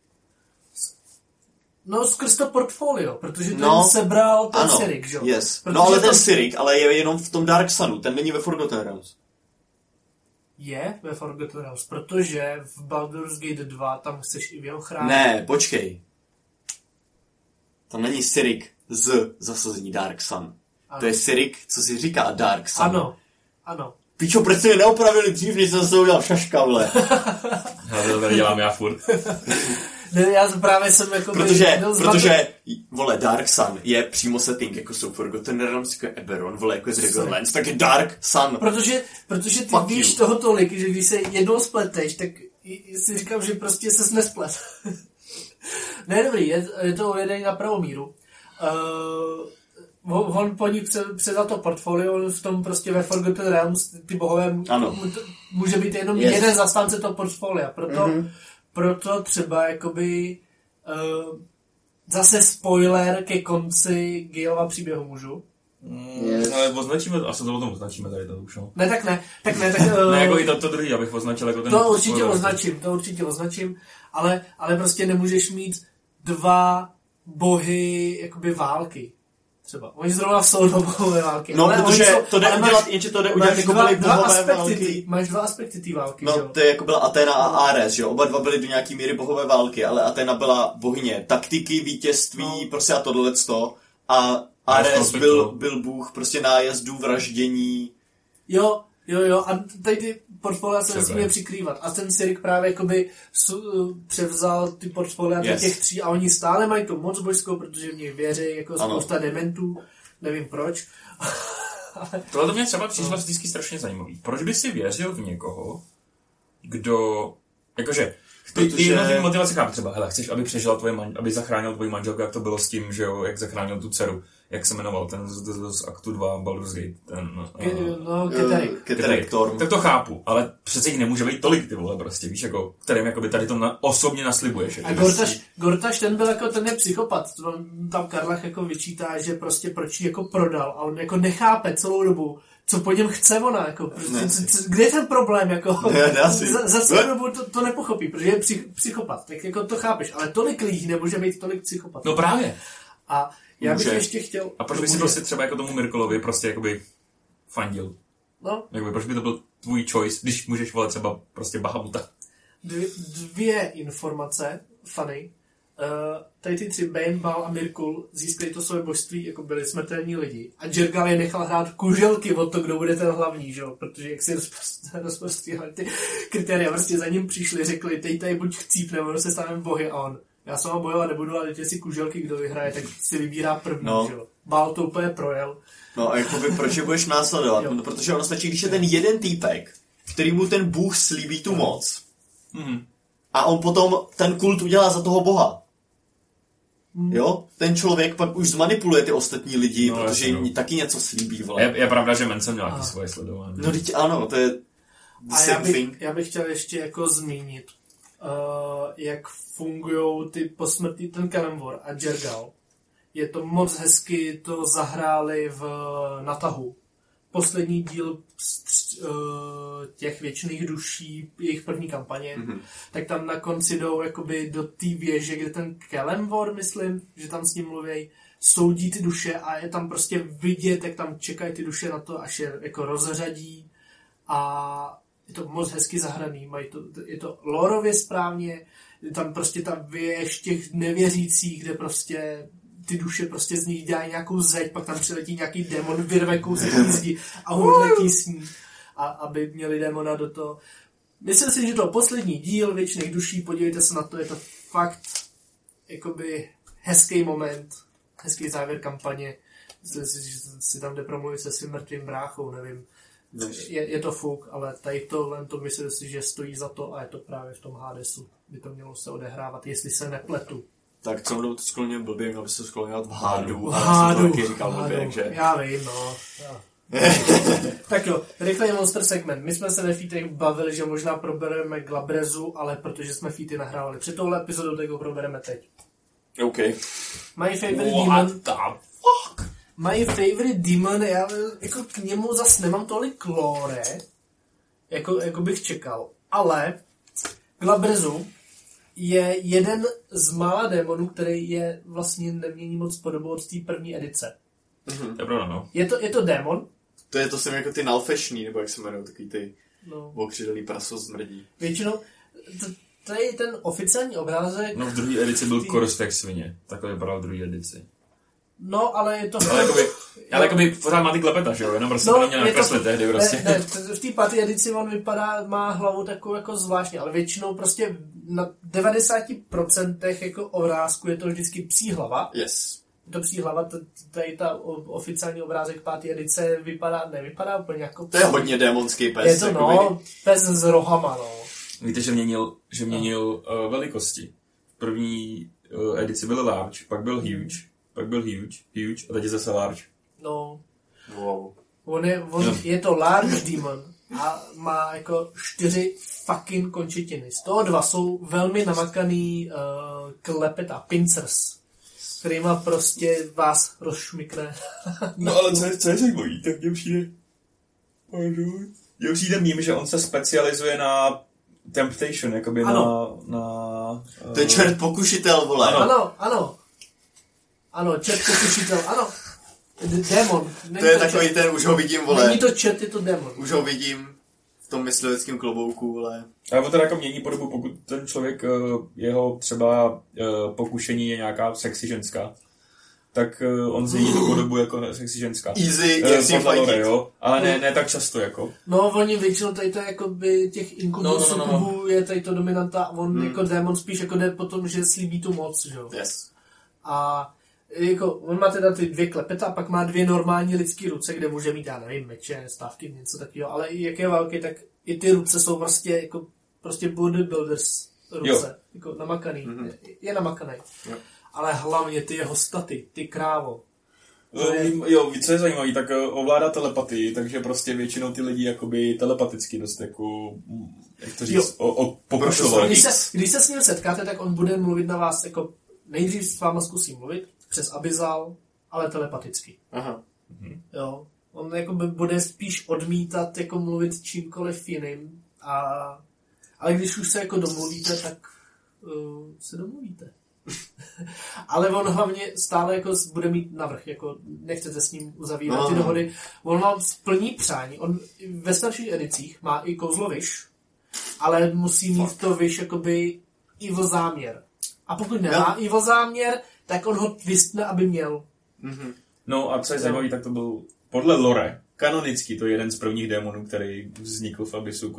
No, skrz to portfolio, protože ten sebral ten Sirik, že jo? Yes. No, ale ten Sirik, ale je jenom v tom Dark Sunu, ten není ve Forgotten Realms. Je ve Forgotten Realms, protože v Baldur's Gate 2 tam chceš i v jeho chrámu. Ne, počkej. Tam není Sirik z zasazení Dark Sun. Ano. To je Sirik, co si říká Dark Sun. Ano. Pičo, proč se neopravili dřív, než jsem se udělal šaška, vle? To dělám já furt. Ne, já právě jsem jako... Protože, vole, Dark Sun je přímo setting, jako jsou Forgotten Realms, jako je Eberron, vole, jako je z Dragonlance, tak je Dark Sun. Protože ty víš toho tolik, že když se jednou spleteš, tak si říkám, že prostě ses nesplet. Ne, dobrý, je to uvedený na pravou míru. On po ní předal to portfolio, on v tom prostě ve Forgotten Realms ty bohové může být jenom jeden zastánce toho portfolia, proto třeba jakoby zase spoiler ke konci Galeova příběhu můžu. Ale označíme, asi to potom označíme tady to už, no. Ne, tak ne. Ne, jako i to druhý, abych označil jako ten... To určitě označím, ale prostě nemůžeš mít 2 bohy jakoby války. Třeba. Oni zrovna jsou bohové války. No, ale protože to jde udělat, jako byly bohové války. Máš 2 aspekty té války, no, že jo? To je jako byla Athena a Ares, že jo? Oba dva byly do nějaký míry bohové války, ale Athena byla bohyně taktiky, vítězství, prostě a tohleto. A Ares byl bůh prostě nájezdů, vraždění. Jo. A tady ty portfolia se nesmí přikrývat. A ten Sirik právě jakoby převzal ty portfolia těch 3 a oni stále mají tu moc božskou, protože v nich věří jako spousta dementů. Nevím proč. Tohle to mě třeba přišlo vždycky strašně zajímavý. Proč by si věřil v někoho, kdo... Jakože... Ty jednotlivé motivace chápu třeba, hele, chceš, aby přežila aby zachránil tvoji manželku, jak to bylo s tím, že jo, jak zachránil tu dceru. Jak se jmenoval ten z aktu 2 Baldur's Gate, Keterik. Tak to chápu, ale přece jich nemůže být tolik, ty vole, prostě, víš, jako, kterým jakoby tady to osobně naslibuješ. A Gortaš, ten byl jako, ten je psychopat, tam Karlach jako vyčítá, že prostě proč ji jako prodal a on jako nechápe celou dobu, co po něm chce ona, jako, kde je ten problém, jako, za celou dobu to nepochopí, protože je psychopat, tak jako to chápeš, ale tolik lidí nemůže být tolik psychopat. No právě. A já bych ještě chtěl... A proč by si prostě třeba jako tomu Mirkulovi prostě jakoby fandil? No. Jakoby, proč by to byl tvůj choice, když můžeš volat třeba prostě Bahamuta? 2 informace, funny. Tady ty 3, Bane, Baal a Mirkul, získali to své božství, jako byli smrtelní lidi. A Jergal je nechal hrát kuželky od to, kdo bude ten hlavní, že jo? Protože jak si rozprostříhali ty kritéria, prostě za ním přišli, řekli, tady buď chcíp, nebo se staneme bohy a on. Já sama bojovat nebudu, ale si kuželky, kdo vyhraje, tak si vybírá první, No. že jo. Bál to úplně projel. No a jakoby, proč je budeš následovat? No, protože ono stačí, když je ten jeden týpek, který mu ten bůh slíbí tu moc. A on potom ten kult udělá za toho boha. Jo? Ten člověk pak už zmanipuluje ty ostatní lidi, protože jim taky něco slíbí. Je pravda, že Manson měl nějaký svoje sledování. No teď ano, to je A já bych chtěl ještě jako zmínit, jak fungují ty posmrtný, ten Kelemvor a Jergal. Je to moc hezky, to zahráli na tahu. Poslední díl těch věčných duší, jejich první kampaně, tak tam na konci jdou jakoby do té věže, kde ten Kelemvor, myslím, že tam s ním mluví, soudí ty duše a je tam prostě vidět, jak tam čekají ty duše na to, až je jako rozřadí a je to moc hezky zahraný, je to lorově správně, je tam prostě ta věž těch nevěřících, kde prostě ty duše prostě z nich dělají nějakou zeď, pak tam přiletí nějaký démon, vyrve kousek zdi a on letí s ní, aby měli démona do toho. Myslím si, že to poslední díl Věčných duší, podívejte se na to, je to fakt jakoby hezký moment, hezký závěr kampaně. Myslím si, že si tam jde promluvit se svým mrtvým bráchou, nevím. Je to fuk, ale tady tohle to myslím si, že stojí za to a je to právě v tom Hadesu, by to mělo se odehrávat, jestli se nepletu. Tak co mnou to skloně blbě, měl by se skloněvat v hádu. Já vím, no. Tak jo, rychlej monster segment. My jsme se ve featech bavili, že možná probereme Glabrezu, ale protože jsme featy nahrávali před touhle epizodou, tak ho probereme teď. OK. My favorite demon. My favorite demon, já jako k němu zas nemám tolik lore, jako bych čekal. Ale Glabrezu je jeden z mála démonů, který je vlastně nemění moc podobou od té první edice. To je pravda, no. Je to démon. To jsem jako ty nalfešní, nebo jak se jmenují, takový ty okřidelý praso zmrdí. Většinou, to je ten oficiální obrázek. No v druhé edici byl Korstek svině, takhle vypadal v druhé edici. No, ale je to... Ale jakoby pořád má ty klepeta, že jo? Jenom prostě to neměl nakreslit tehdy prostě. Ne, v té páté edici on má hlavu takovou jako zvláštně, ale většinou prostě na 90% jako obrázku je to vždycky psí hlava. Yes. Je to psí hlava, tady ta oficiální obrázek páté edice nevypadá úplně jako... To je hodně démonský pes. Je to pes s rohama, no. Víte, že měnil velikosti. V první edici byl large, pak byl huge a teď je zase large. No. Wow. Je to large demon a má jako 4 fucking končetiny. Z toho 2 jsou velmi namakaný klepeta, pincers, kterýma prostě vás rozšmykne. No ale co je zajímavý, tak mě přijde mým, že on se specializuje na temptation, jakoby na To je čert pokušitel, vole. Ano, čert pokušitel, ano. Démon. To je takový ten, už ho vidím, vole. Není to čert, je to démon. Už ho vidím v tom mysliveckém klobouku, vole. Ale on teda jako mění podobu, pokud ten člověk, jeho třeba pokušení je nějaká sexy ženská, tak on změní tu podobu jako sexy ženská. Easy, jak si fajtit. Ale ne tak často, jako. No, oni většinou tady to jakoby těch inkubů je tady to dominanta, on jako démon spíš jako jde potom, že slíbí tu moc, že jo. Yes. A jako, on má teda ty 2 klepeta, pak má 2 normální lidský ruce, kde může mít, já nevím, meče, stávky, něco takového, ale jak je velký, tak i ty ruce jsou prostě bodybuilders ruce, jako namakaný, je namakaný. Jo. Ale hlavně ty jeho staty, ty krávo. Jo, víc co je zajímavý, tak ovládá telepatii, takže prostě většinou ty lidi jakoby telepaticky dost jako, jak to říct, pokušovali. Když se s ním setkáte, tak on bude mluvit na vás, jako nejdřív s váma zkusí mluvit, přes abizal, ale telepaticky. Aha. Jo, on jako bude spíš odmítat jako mluvit čímkoliv jiným, ale když už se jako domluvíte, tak se domluvíte. Ale on hlavně stále jako bude mít navrch, jako nechcete s ním uzavírat ty dohody. On vám splní přání. On ve starších edicích má i kouzlo viš, ale musí mít to viš jakoby evil záměr. A pokud nemá evil záměr, tak on ho twistne, aby měl. Mm-hmm. No a co je zajímavý, tak to byl podle lore, kanonicky to je jeden z prvních démonů, který vznikl v Abyssu kvůli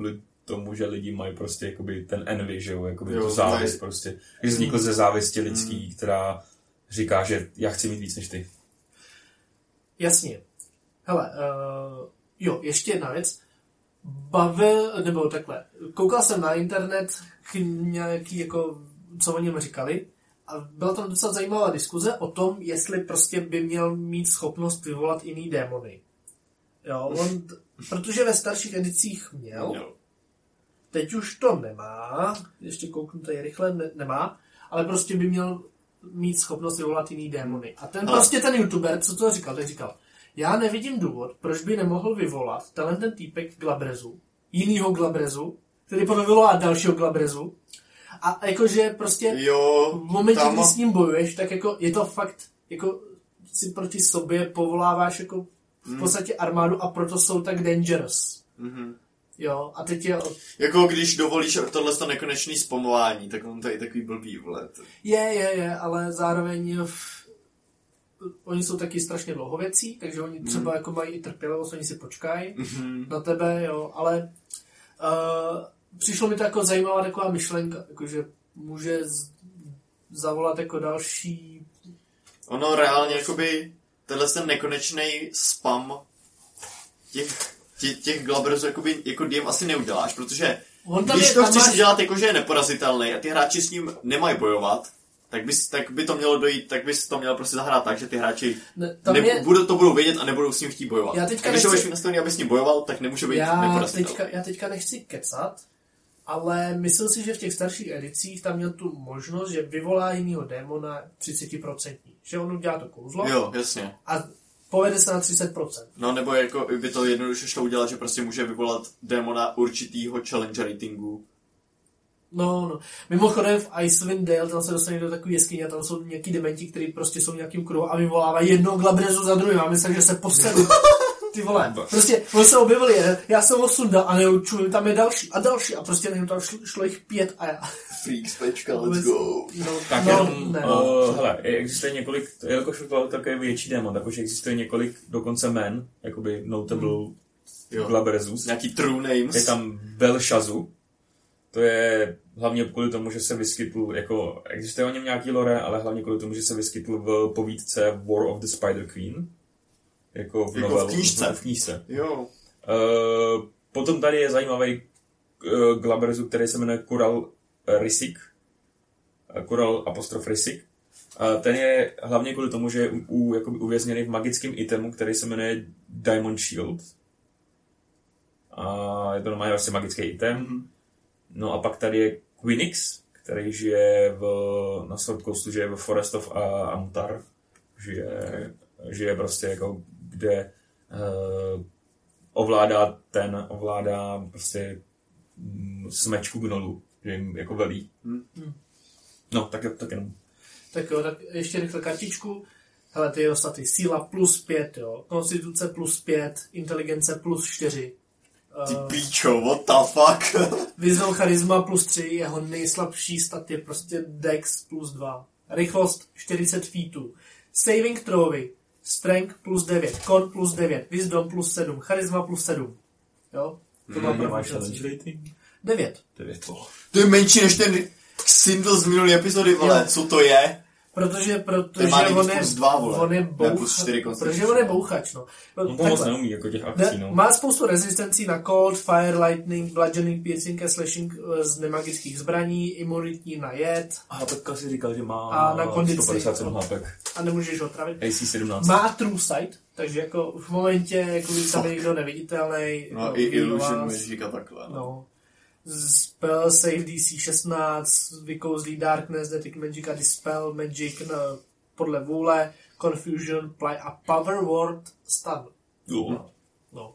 tomu, že lidi mají prostě jakoby ten envy, že jo, jakoby tu závist prostě. Že vznikl ze závisti lidský, která říká, že já chci mít víc než ty. Jasně. Hele, jo, ještě jedna věc. Nebo takhle. Koukal jsem na internet nějaký, jako, co o něm říkali, a byla tam docela zajímavá diskuze o tom, jestli prostě by měl mít schopnost vyvolat jiný démony. Jo, protože ve starších edicích měl, teď už to nemá, ještě kouknu tady rychle, nemá, ale prostě by měl mít schopnost vyvolat jiný démony. A prostě ten youtuber, co to říkal, tak říkal, já nevidím důvod, proč by nemohl vyvolat ten týpek Glabrezu, jinýho Glabrezu, který potom vyvolá dalšího Glabrezu. A jakože prostě v momentě, kdy s ním bojuješ, tak jako je to fakt, jako si proti sobě povoláváš jako v podstatě armádu a proto jsou tak dangerous. Jo, a teď je... Jako když dovolíš tohle nekonečný zpomování, tak on to je takový blbý, vole. Je, ale zároveň oni jsou taky strašně dlouhověcí, takže oni třeba jako mají i trpělivost, oni si počkají na tebe, jo, ale přišlo mi to jako zajímavá taková myšlenka, jakože může zavolat jako další... Ono reálně jakoby tenhle ten nekonečný spam těch Glabrerzů jako DM asi neuděláš, protože když to chceš udělat jako, že je neporazitelný a ty hráči s ním nemají bojovat, tak by to mělo dojít, tak bys to měl prostě zahrát tak, že ty hráči budou vědět a nebudou s ním chtít bojovat. Když to budeš nastavený, aby s ním bojoval, tak nemůže být neporazitelný. Já teďka nechci kecat, ale myslím si, že v těch starších edicích tam měl tu možnost, že vyvolá jinýho démona 30%. Že on udělá to kouzlo. Jo, jasně. A povede se na 30%. No nebo jako by to jednoduše šlo udělat, že prostě může vyvolat démona určitýho challenge ratingu. No. Mimochodem v Icewind Dale tam se dostane do takové jeskyně a tam jsou nějaký dementi, kteří prostě jsou nějakým kruhu a vyvolávají jednoho Glabrezu za druhým. A myslím, že se posedli. Ty vole. Prostě oni se objevili, já jsem ho sundal a neučuju, tam je další a prostě nevím, tam šlo jich 5 a já. Freaks, pečka, let's go. Hele, existuje několik, jakož to takový větší démon, takže existuje několik dokonce men, jakoby notable Glabrezus. Nějaký true names. Je tam Belshazu. To je hlavně kvůli tomu, že se vyskytl, jako existuje o něm nějaký lore, ale hlavně kvůli tomu, že se vyskytl v povídce War of the Spider Queen. Jako v novelu. V knížce. Jo. Potom tady je zajímavý Glabrezu, který se jmenuje Kural Risik. Kural apostrof Risik. Ten je hlavně kvůli tomu, že je uvězněný v magickém itemu, který se jmenuje Diamond Shield. A je to normálně vlastně magický item. No a pak tady je Quinix, který žije na Sword Coastu, žije v Forest of Amtar. Žije prostě jako, kde ovládá prostě smečku gnolů, že jim jako velí. No, tak jenom. Tak jo, tak ještě rychle kartičku. Hele, ty ostatní. Síla +5, jo. Konstituce +5, inteligence +4. Ty píčo, what the fuck? Wisdom, charisma +3, jeho nejslabší stat je prostě Dex +2. Rychlost 40 feetů. Saving throwy. Strength +9, Con +9, Wisdom +7, charisma +7. Jo? To má máš challenge rating? 9. To je menší než ten Sindel z minulý epizody, vole. Co to je? Protože on je bouchač, no. On to moc neumí, jako těch akcí, no. Má spoustu rezistencí na cold, fire, lightning, bludgeoning, piercing a slashing z nemagických zbraní, imunitní na jed. A Pepka si říkal, že má a na kondici, 157 HPek. A nemůžeš ho travit. AC 17. Má true sight, takže jako v momentě, jako tam je někdo neviditelný. No i illusion magic a takhle. No. Spell save DC 16, vykouzlí Darkness, Detect Magic a Dispel Magic podle vůle, Confusion, Ply a Power Word Stun. No.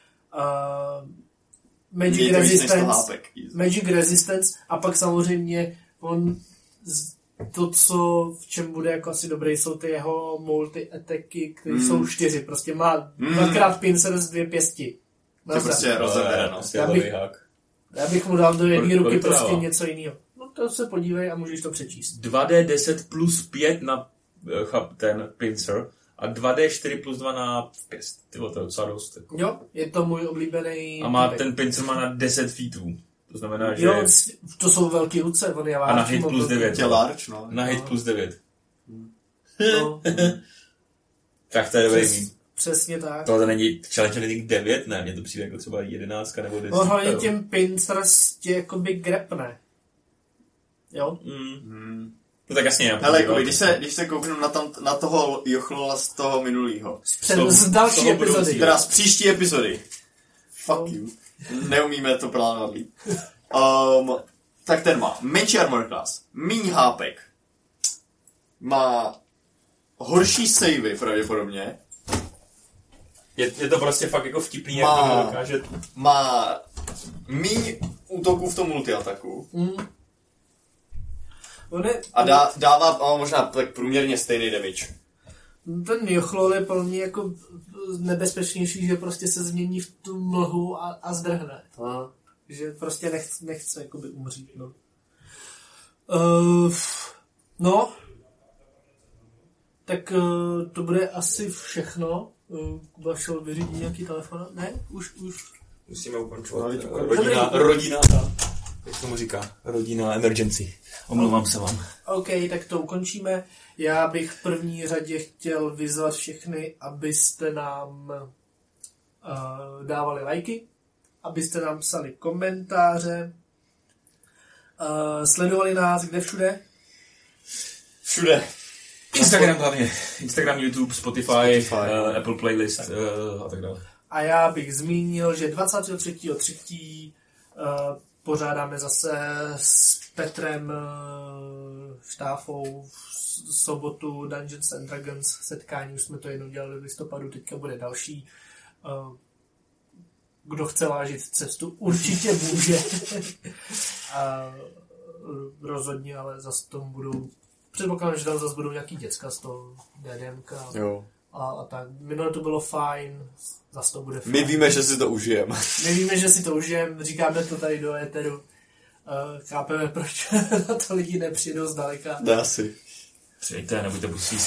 Magic Resistance a pak samozřejmě to, v čem bude jako asi dobrý, jsou ty jeho multi-attacky, které jsou 4. Prostě má 2x pincer z 2 pěsti. To je prostě rozeberenost. Já bych mu dal do jedné ruky prostě něco jiného. No to se podívej a můžeš to přečíst. 2D10 +5 na ten pincer A 2D4 plus 2 na pěst. Tyvo, to je docela dost. Jako. Jo, je to můj oblíbený A má typek. ten pincer má na 10 feetů. To znamená, že... Jo, to jsou velký ruce, on je A na hit plus 9. Je large, no. Na hit plus 9. No, Tak to je dobrý mít. přesně tak. Tohle není challenge 9, ne? Mně to přijde jako třeba 11 nebo 10. On hlavně těm pincers tě jakoby grepne. Jo? No tak jasně. Hele, jako, když se kouknu na toho Jochlola z toho minulýho. Z další toho epizody. budoucího. Teda z příští epizody. Fuck you. Neumíme to plánovat líp. Tak ten má menší armor class, míň hápek, má horší savey pravděpodobně, Je to prostě fakt jako vtipný, jak Má- to dokáže. má míň útoků v tom multiataku a dává možná tak průměrně stejný damage. Ten Jochlol je pro mě jako nebezpečnější, že prostě se změní v tu mlhu a zdrhne. Že prostě nechce jakoby umřít. No. No. Tak to bude asi všechno. Kuba šel vyřídit nějaký telefon? Ne? Už. Musíme ukončovat. No, Rodina. Jak tomu říká? Rodina emergency. Omlouvám se vám. OK, tak to ukončíme. Já bych v první řadě chtěl vyzvat všechny, abyste nám dávali lajky, abyste nám psali komentáře, sledovali nás kde všude. Všude. Instagram hlavně. Instagram, YouTube, Spotify. Apple Playlist a tak dále. A já bych zmínil, že 23.3. pořádáme zase s Petrem Štáfou v sobotu Dungeons and Dragons setkání. Už jsme to jednou dělali v listopadu, teďka bude další. Kdo chce vážit cestu, určitě může. Rozhodně, ale zase tomu budou... Předpokládám, že tam zase budou nějaký děcka z toho DDMka. Jo. A tak. Minule to bylo fajn, zase to bude fajn. My víme, že si to užijeme. My víme, že si to užijeme, říkáme to tady do éteru. Chápeme, proč na to lidi nepřijdou zdaleka. Dá si. Přijďte, nebuďte pusí.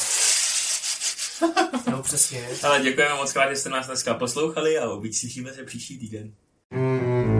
No přesně. Ale děkujeme moc krát, že jste nás dneska poslouchali a slyšíme se příští týden.